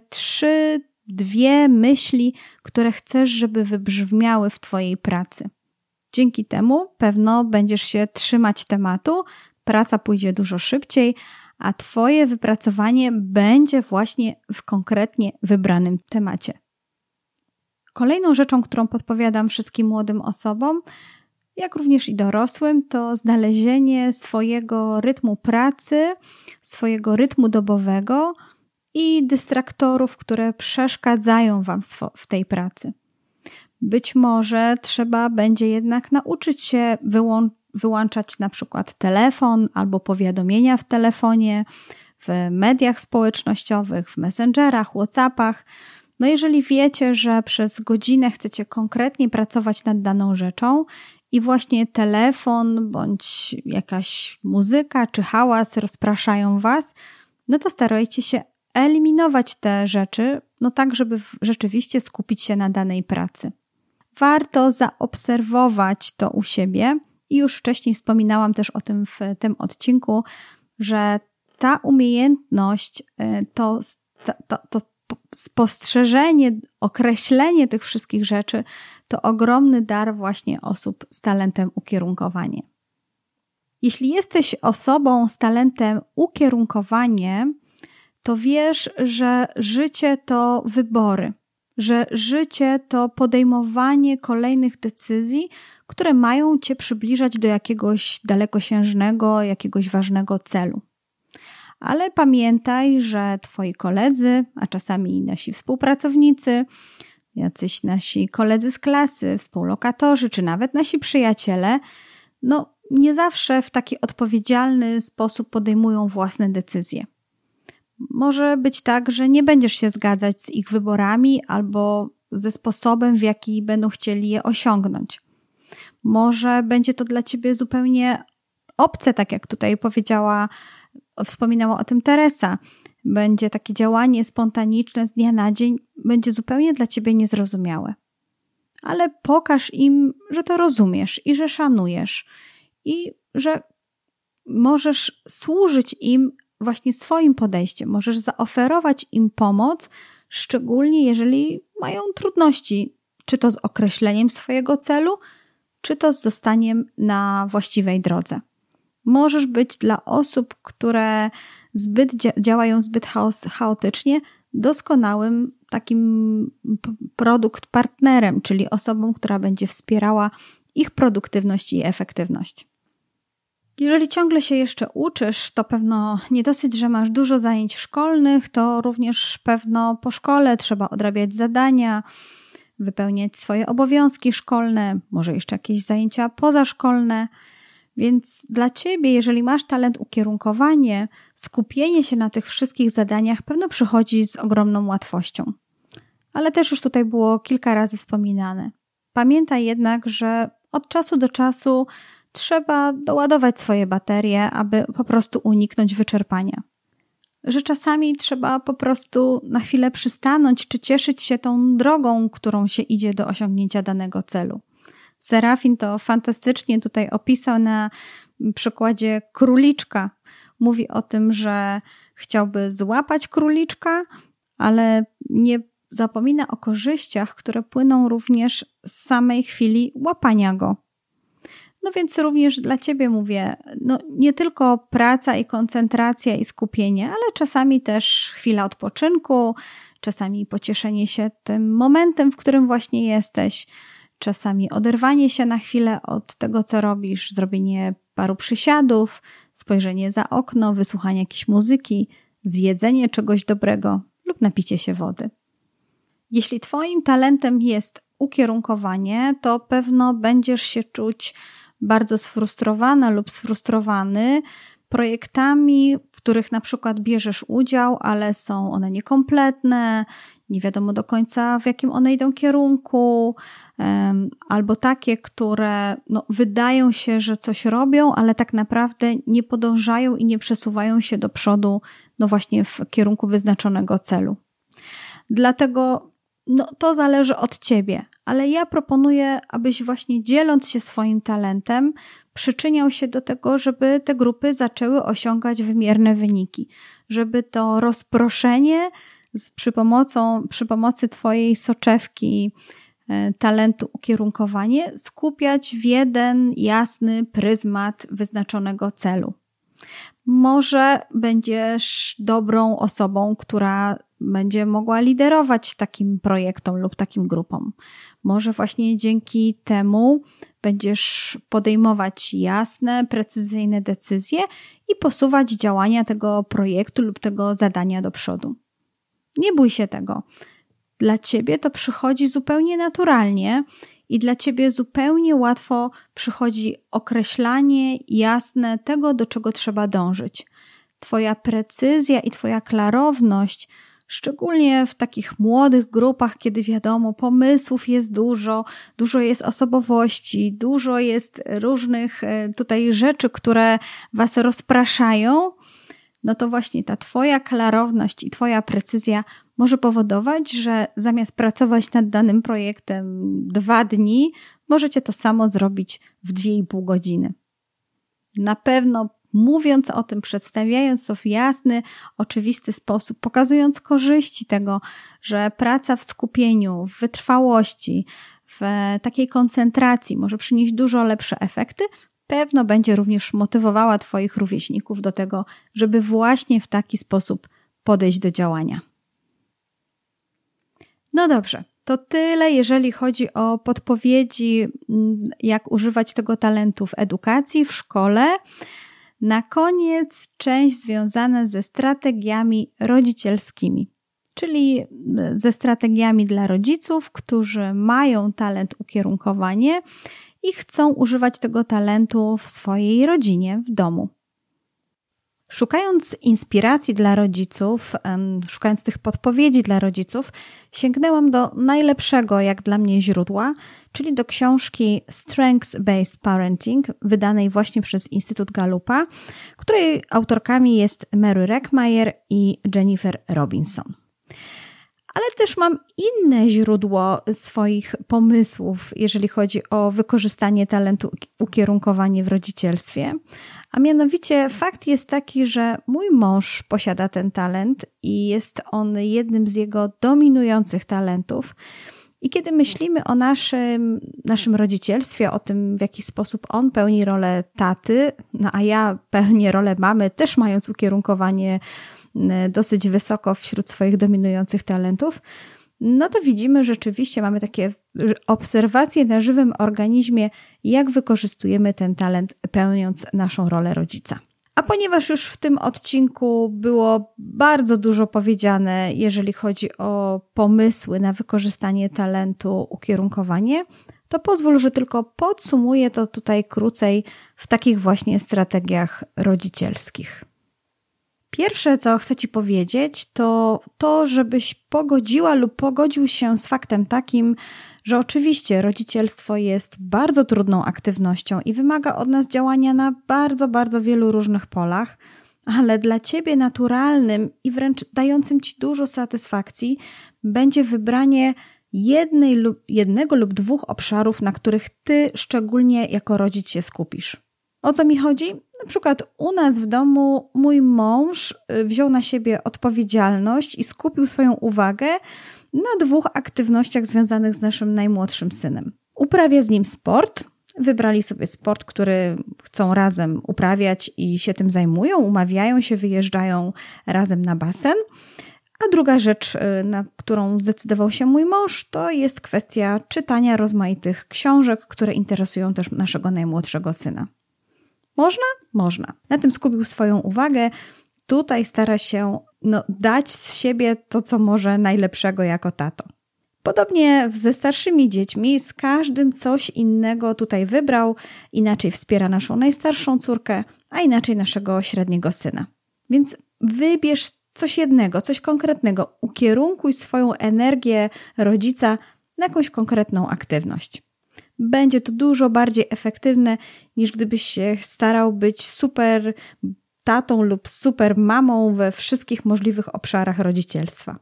2 myśli, które chcesz, żeby wybrzmiały w twojej pracy. Dzięki temu pewno będziesz się trzymać tematu, praca pójdzie dużo szybciej, a twoje wypracowanie będzie właśnie w konkretnie wybranym temacie. Kolejną rzeczą, którą podpowiadam wszystkim młodym osobom, jak również i dorosłym, to znalezienie swojego rytmu pracy, swojego rytmu dobowego i dystraktorów, które przeszkadzają wam w tej pracy. Być może trzeba będzie jednak nauczyć się wyłączać na przykład telefon albo powiadomienia w telefonie, w mediach społecznościowych, w messengerach, WhatsAppach. No jeżeli wiecie, że przez godzinę chcecie konkretnie pracować nad daną rzeczą i właśnie telefon bądź jakaś muzyka czy hałas rozpraszają was, no to starajcie się eliminować te rzeczy, no tak, żeby rzeczywiście skupić się na danej pracy. Warto zaobserwować to u siebie i już wcześniej wspominałam też o tym w tym odcinku, że ta umiejętność, to spostrzeżenie, określenie tych wszystkich rzeczy to ogromny dar właśnie osób z talentem ukierunkowanie. Jeśli jesteś osobą z talentem ukierunkowanie, to wiesz, że życie to wybory, że życie to podejmowanie kolejnych decyzji, które mają cię przybliżać do jakiegoś dalekosiężnego, jakiegoś ważnego celu. Ale pamiętaj, że twoi koledzy, a czasami nasi współpracownicy, jacyś nasi koledzy z klasy, współlokatorzy, czy nawet nasi przyjaciele, no nie zawsze w taki odpowiedzialny sposób podejmują własne decyzje. Może być tak, że nie będziesz się zgadzać z ich wyborami albo ze sposobem, w jaki będą chcieli je osiągnąć. Może będzie to dla ciebie zupełnie obce, tak jak tutaj wspominała o tym Teresa. Będzie takie działanie spontaniczne z dnia na dzień, będzie zupełnie dla ciebie niezrozumiałe. Ale pokaż im, że to rozumiesz i że szanujesz i że możesz służyć im właśnie swoim podejściem. Możesz zaoferować im pomoc, szczególnie jeżeli mają trudności, czy to z określeniem swojego celu, czy to z zostaniem na właściwej drodze. Możesz być dla osób, które działają zbyt chaotycznie, doskonałym takim produkt partnerem, czyli osobą, która będzie wspierała ich produktywność i efektywność. Jeżeli ciągle się jeszcze uczysz, to pewno nie dosyć, że masz dużo zajęć szkolnych, to również pewno po szkole trzeba odrabiać zadania, wypełniać swoje obowiązki szkolne, może jeszcze jakieś zajęcia pozaszkolne. Więc dla Ciebie, jeżeli masz talent ukierunkowanie, skupienie się na tych wszystkich zadaniach pewno przychodzi z ogromną łatwością. Ale też już tutaj było kilka razy wspominane. Pamiętaj jednak, że od czasu do czasu trzeba doładować swoje baterie, aby po prostu uniknąć wyczerpania. Że czasami trzeba po prostu na chwilę przystanąć czy cieszyć się tą drogą, którą się idzie do osiągnięcia danego celu. Serafin to fantastycznie tutaj opisał na przykładzie króliczka. Mówi o tym, że chciałby złapać króliczka, ale nie zapomina o korzyściach, które płyną również z samej chwili łapania go. No więc również dla Ciebie mówię, nie tylko praca i koncentracja i skupienie, ale czasami też chwila odpoczynku, czasami pocieszenie się tym momentem, w którym właśnie jesteś, czasami oderwanie się na chwilę od tego, co robisz, zrobienie paru przysiadów, spojrzenie za okno, wysłuchanie jakiejś muzyki, zjedzenie czegoś dobrego lub napicie się wody. Jeśli Twoim talentem jest ukierunkowanie, to pewno będziesz się czuć bardzo sfrustrowana lub sfrustrowany projektami, w których na przykład bierzesz udział, ale są one niekompletne, nie wiadomo do końca, w jakim one idą kierunku, albo takie, które wydają się, że coś robią, ale tak naprawdę nie podążają i nie przesuwają się do przodu, właśnie w kierunku wyznaczonego celu. Dlatego to zależy od Ciebie, ale ja proponuję, abyś właśnie dzieląc się swoim talentem, przyczyniał się do tego, żeby te grupy zaczęły osiągać wymierne wyniki, żeby to rozproszenie przy pomocy Twojej soczewki talentu ukierunkowanie skupiać w jeden jasny pryzmat wyznaczonego celu. Może będziesz dobrą osobą, która będzie mogła liderować takim projektom lub takim grupom. Może właśnie dzięki temu będziesz podejmować jasne, precyzyjne decyzje i posuwać działania tego projektu lub tego zadania do przodu. Nie bój się tego. Dla Ciebie to przychodzi zupełnie naturalnie i dla Ciebie zupełnie łatwo przychodzi określanie jasne tego, do czego trzeba dążyć. Twoja precyzja i Twoja klarowność, szczególnie w takich młodych grupach, kiedy wiadomo, pomysłów jest dużo jest osobowości, dużo jest różnych tutaj rzeczy, które Was rozpraszają, to właśnie ta Twoja klarowność i Twoja precyzja może powodować, że zamiast pracować nad danym projektem 2 dni, możecie to samo zrobić w 2,5 godziny. Na pewno mówiąc o tym, przedstawiając to w jasny, oczywisty sposób, pokazując korzyści tego, że praca w skupieniu, w wytrwałości, w takiej koncentracji może przynieść dużo lepsze efekty, pewno będzie również motywowała Twoich rówieśników do tego, żeby właśnie w taki sposób podejść do działania. No dobrze, to tyle, jeżeli chodzi o podpowiedzi, jak używać tego talentu w edukacji, w szkole. Na koniec część związana ze strategiami rodzicielskimi, czyli ze strategiami dla rodziców, którzy mają talent ukierunkowanie i chcą używać tego talentu w swojej rodzinie, w domu. Szukając inspiracji dla rodziców, szukając tych podpowiedzi dla rodziców, sięgnęłam do najlepszego, jak dla mnie, źródła, czyli do książki Strengths-Based Parenting, wydanej właśnie przez Instytut Gallupa, której autorkami jest Mary Reckmeyer i Jennifer Robinson. Ale też mam inne źródło swoich pomysłów, jeżeli chodzi o wykorzystanie talentu ukierunkowanie w rodzicielstwie. A mianowicie fakt jest taki, że mój mąż posiada ten talent i jest on jednym z jego dominujących talentów. I kiedy myślimy o naszym rodzicielstwie, o tym, w jaki sposób on pełni rolę taty, a ja pełnię rolę mamy, też mając ukierunkowanie dosyć wysoko wśród swoich dominujących talentów, no to widzimy rzeczywiście, mamy takie obserwacje na żywym organizmie, jak wykorzystujemy ten talent, pełniąc naszą rolę rodzica. A ponieważ już w tym odcinku było bardzo dużo powiedziane, jeżeli chodzi o pomysły na wykorzystanie talentu, ukierunkowanie, to pozwól, że tylko podsumuję to tutaj krócej w takich właśnie strategiach rodzicielskich. Pierwsze, co chcę Ci powiedzieć, to to, żebyś pogodziła lub pogodził się z faktem takim, że oczywiście rodzicielstwo jest bardzo trudną aktywnością i wymaga od nas działania na bardzo, bardzo wielu różnych polach, ale dla Ciebie naturalnym i wręcz dającym Ci dużo satysfakcji będzie wybranie jednego lub dwóch obszarów, na których Ty szczególnie jako rodzic się skupisz. O co mi chodzi? Na przykład u nas w domu mój mąż wziął na siebie odpowiedzialność i skupił swoją uwagę na dwóch aktywnościach związanych z naszym najmłodszym synem. Uprawia z nim sport. Wybrali sobie sport, który chcą razem uprawiać i się tym zajmują, umawiają się, wyjeżdżają razem na basen. A druga rzecz, na którą zdecydował się mój mąż, to jest kwestia czytania rozmaitych książek, które interesują też naszego najmłodszego syna. Można? Można. Na tym skupił swoją uwagę. Tutaj stara się dać z siebie to, co może najlepszego jako tato. Podobnie ze starszymi dziećmi, z każdym coś innego tutaj wybrał. Inaczej wspiera naszą najstarszą córkę, a inaczej naszego średniego syna. Więc wybierz coś jednego, coś konkretnego. Ukierunkuj swoją energię rodzica na jakąś konkretną aktywność. Będzie to dużo bardziej efektywne, niż gdybyś się starał być super tatą lub super mamą we wszystkich możliwych obszarach rodzicielstwa.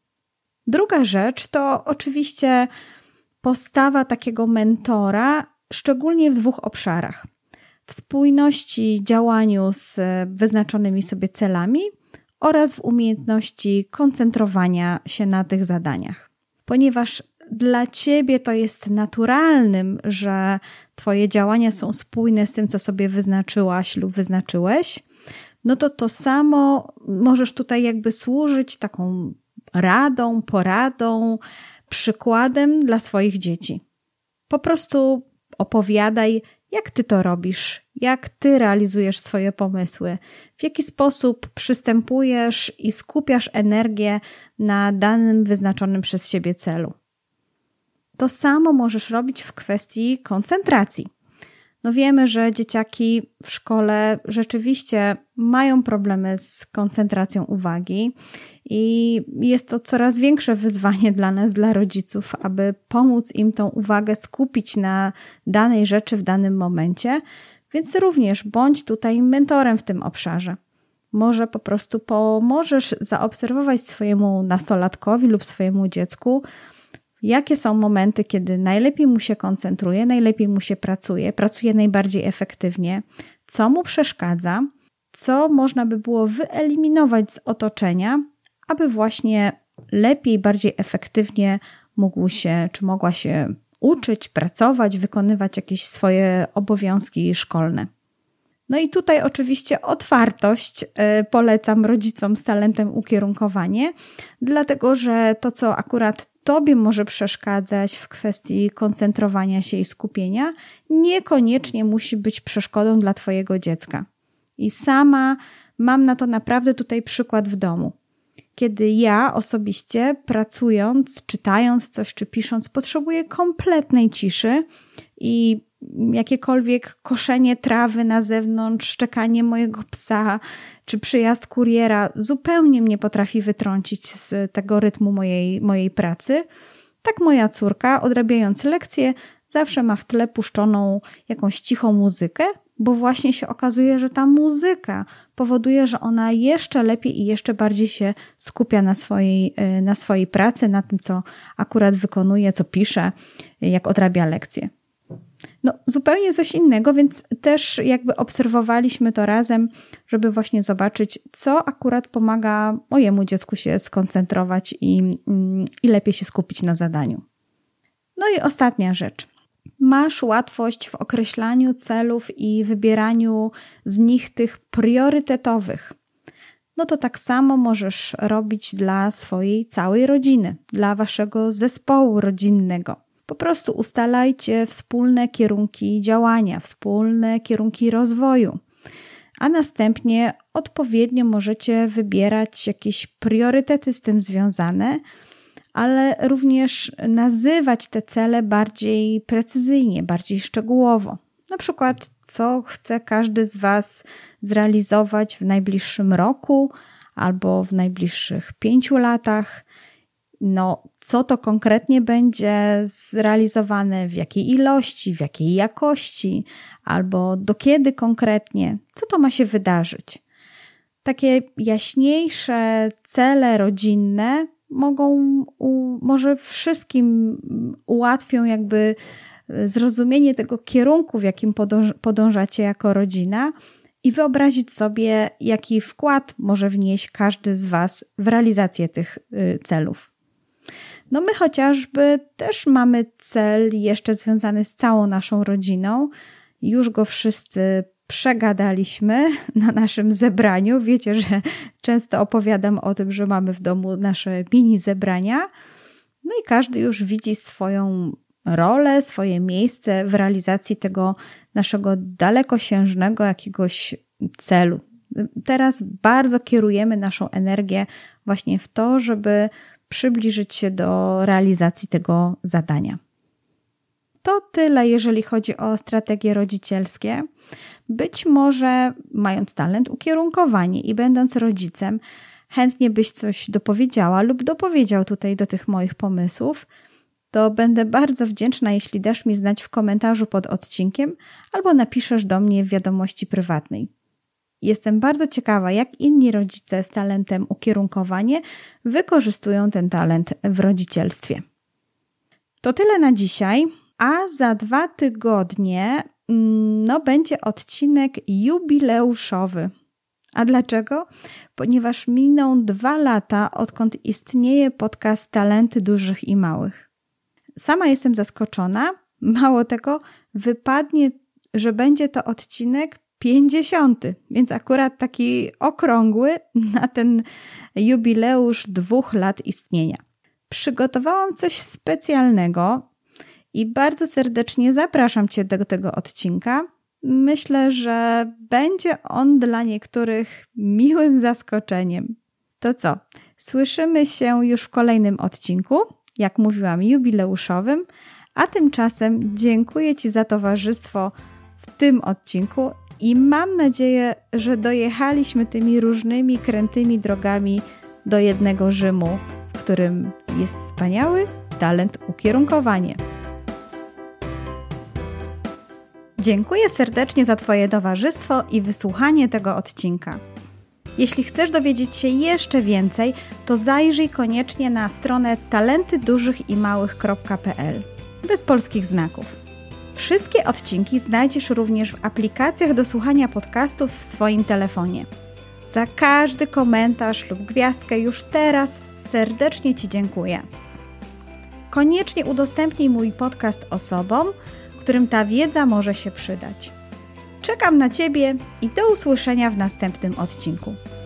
Druga rzecz to oczywiście postawa takiego mentora, szczególnie w dwóch obszarach. W spójności działaniu z wyznaczonymi sobie celami oraz w umiejętności koncentrowania się na tych zadaniach. Ponieważ dla Ciebie to jest naturalnym, że Twoje działania są spójne z tym, co sobie wyznaczyłaś lub wyznaczyłeś, no to samo możesz tutaj jakby służyć taką radą, poradą, przykładem dla swoich dzieci. Po prostu opowiadaj, jak Ty to robisz, jak Ty realizujesz swoje pomysły, w jaki sposób przystępujesz i skupiasz energię na danym wyznaczonym przez siebie celu. To samo możesz robić w kwestii koncentracji. Wiemy, że dzieciaki w szkole rzeczywiście mają problemy z koncentracją uwagi i jest to coraz większe wyzwanie dla nas, dla rodziców, aby pomóc im tą uwagę skupić na danej rzeczy w danym momencie, więc również bądź tutaj mentorem w tym obszarze. Może po prostu pomożesz zaobserwować swojemu nastolatkowi lub swojemu dziecku, jakie są momenty, kiedy najlepiej mu się koncentruje, najlepiej mu się pracuje najbardziej efektywnie, co mu przeszkadza, co można by było wyeliminować z otoczenia, aby właśnie lepiej, bardziej efektywnie mógł się, czy mogła się uczyć, pracować, wykonywać jakieś swoje obowiązki szkolne. I tutaj oczywiście otwartość polecam rodzicom z talentem ukierunkowanie, dlatego że to, co akurat Tobie może przeszkadzać w kwestii koncentrowania się i skupienia, niekoniecznie musi być przeszkodą dla Twojego dziecka. I sama mam na to naprawdę tutaj przykład w domu. Kiedy ja osobiście pracując, czytając coś czy pisząc, potrzebuję kompletnej ciszy i jakiekolwiek koszenie trawy na zewnątrz, szczekanie mojego psa czy przyjazd kuriera zupełnie mnie potrafi wytrącić z tego rytmu mojej pracy. Tak moja córka, odrabiając lekcje, zawsze ma w tle puszczoną jakąś cichą muzykę, bo właśnie się okazuje, że ta muzyka powoduje, że ona jeszcze lepiej i jeszcze bardziej się skupia na swojej pracy, na tym, co akurat wykonuje, co pisze, jak odrabia lekcje. Zupełnie coś innego, więc też jakby obserwowaliśmy to razem, żeby właśnie zobaczyć, co akurat pomaga mojemu dziecku się skoncentrować i lepiej się skupić na zadaniu. I ostatnia rzecz. Masz łatwość w określaniu celów i wybieraniu z nich tych priorytetowych. no to tak samo możesz robić dla swojej całej rodziny, dla waszego zespołu rodzinnego. Po prostu ustalajcie wspólne kierunki działania, wspólne kierunki rozwoju, a następnie odpowiednio możecie wybierać jakieś priorytety z tym związane, ale również nazywać te cele bardziej precyzyjnie, bardziej szczegółowo. Na przykład, co chce każdy z was zrealizować w najbliższym roku albo w najbliższych 5 latach. Co to konkretnie będzie zrealizowane, w jakiej ilości, w jakiej jakości, albo do kiedy konkretnie, co to ma się wydarzyć. Takie jaśniejsze cele rodzinne może wszystkim ułatwią jakby zrozumienie tego kierunku, w jakim podążacie jako rodzina i wyobrazić sobie, jaki wkład może wnieść każdy z was w realizację tych celów. My chociażby też mamy cel jeszcze związany z całą naszą rodziną. Już go wszyscy przegadaliśmy na naszym zebraniu. Wiecie, że często opowiadam o tym, że mamy w domu nasze mini zebrania. I każdy już widzi swoją rolę, swoje miejsce w realizacji tego naszego dalekosiężnego jakiegoś celu. Teraz bardzo kierujemy naszą energię właśnie w to, żeby przybliżyć się do realizacji tego zadania. To tyle, jeżeli chodzi o strategie rodzicielskie. Być może, mając talent ukierunkowanie i będąc rodzicem, chętnie byś coś dopowiedziała lub dopowiedział tutaj do tych moich pomysłów, to będę bardzo wdzięczna, jeśli dasz mi znać w komentarzu pod odcinkiem albo napiszesz do mnie w wiadomości prywatnej. Jestem bardzo ciekawa, jak inni rodzice z talentem ukierunkowanie wykorzystują ten talent w rodzicielstwie. To tyle na dzisiaj, a za 2 tygodnie będzie odcinek jubileuszowy. A dlaczego? Ponieważ miną 2 lata, odkąd istnieje podcast Talenty Dużych i Małych. Sama jestem zaskoczona. Mało tego, wypadnie, że będzie to odcinek 50, więc akurat taki okrągły na ten jubileusz 2 lat istnienia. Przygotowałam coś specjalnego i bardzo serdecznie zapraszam Cię do tego odcinka. Myślę, że będzie on dla niektórych miłym zaskoczeniem. To co? Słyszymy się już w kolejnym odcinku, jak mówiłam, jubileuszowym, a tymczasem dziękuję Ci za towarzystwo w tym odcinku i mam nadzieję, że dojechaliśmy tymi różnymi krętymi drogami do jednego Rzymu, w którym jest wspaniały talent ukierunkowanie. Dziękuję serdecznie za Twoje towarzystwo i wysłuchanie tego odcinka. Jeśli chcesz dowiedzieć się jeszcze więcej, to zajrzyj koniecznie na stronę talentydużychimałych.pl bez polskich znaków. Wszystkie odcinki znajdziesz również w aplikacjach do słuchania podcastów w swoim telefonie. Za każdy komentarz lub gwiazdkę już teraz serdecznie Ci dziękuję. Koniecznie udostępnij mój podcast osobom, którym ta wiedza może się przydać. Czekam na Ciebie i do usłyszenia w następnym odcinku.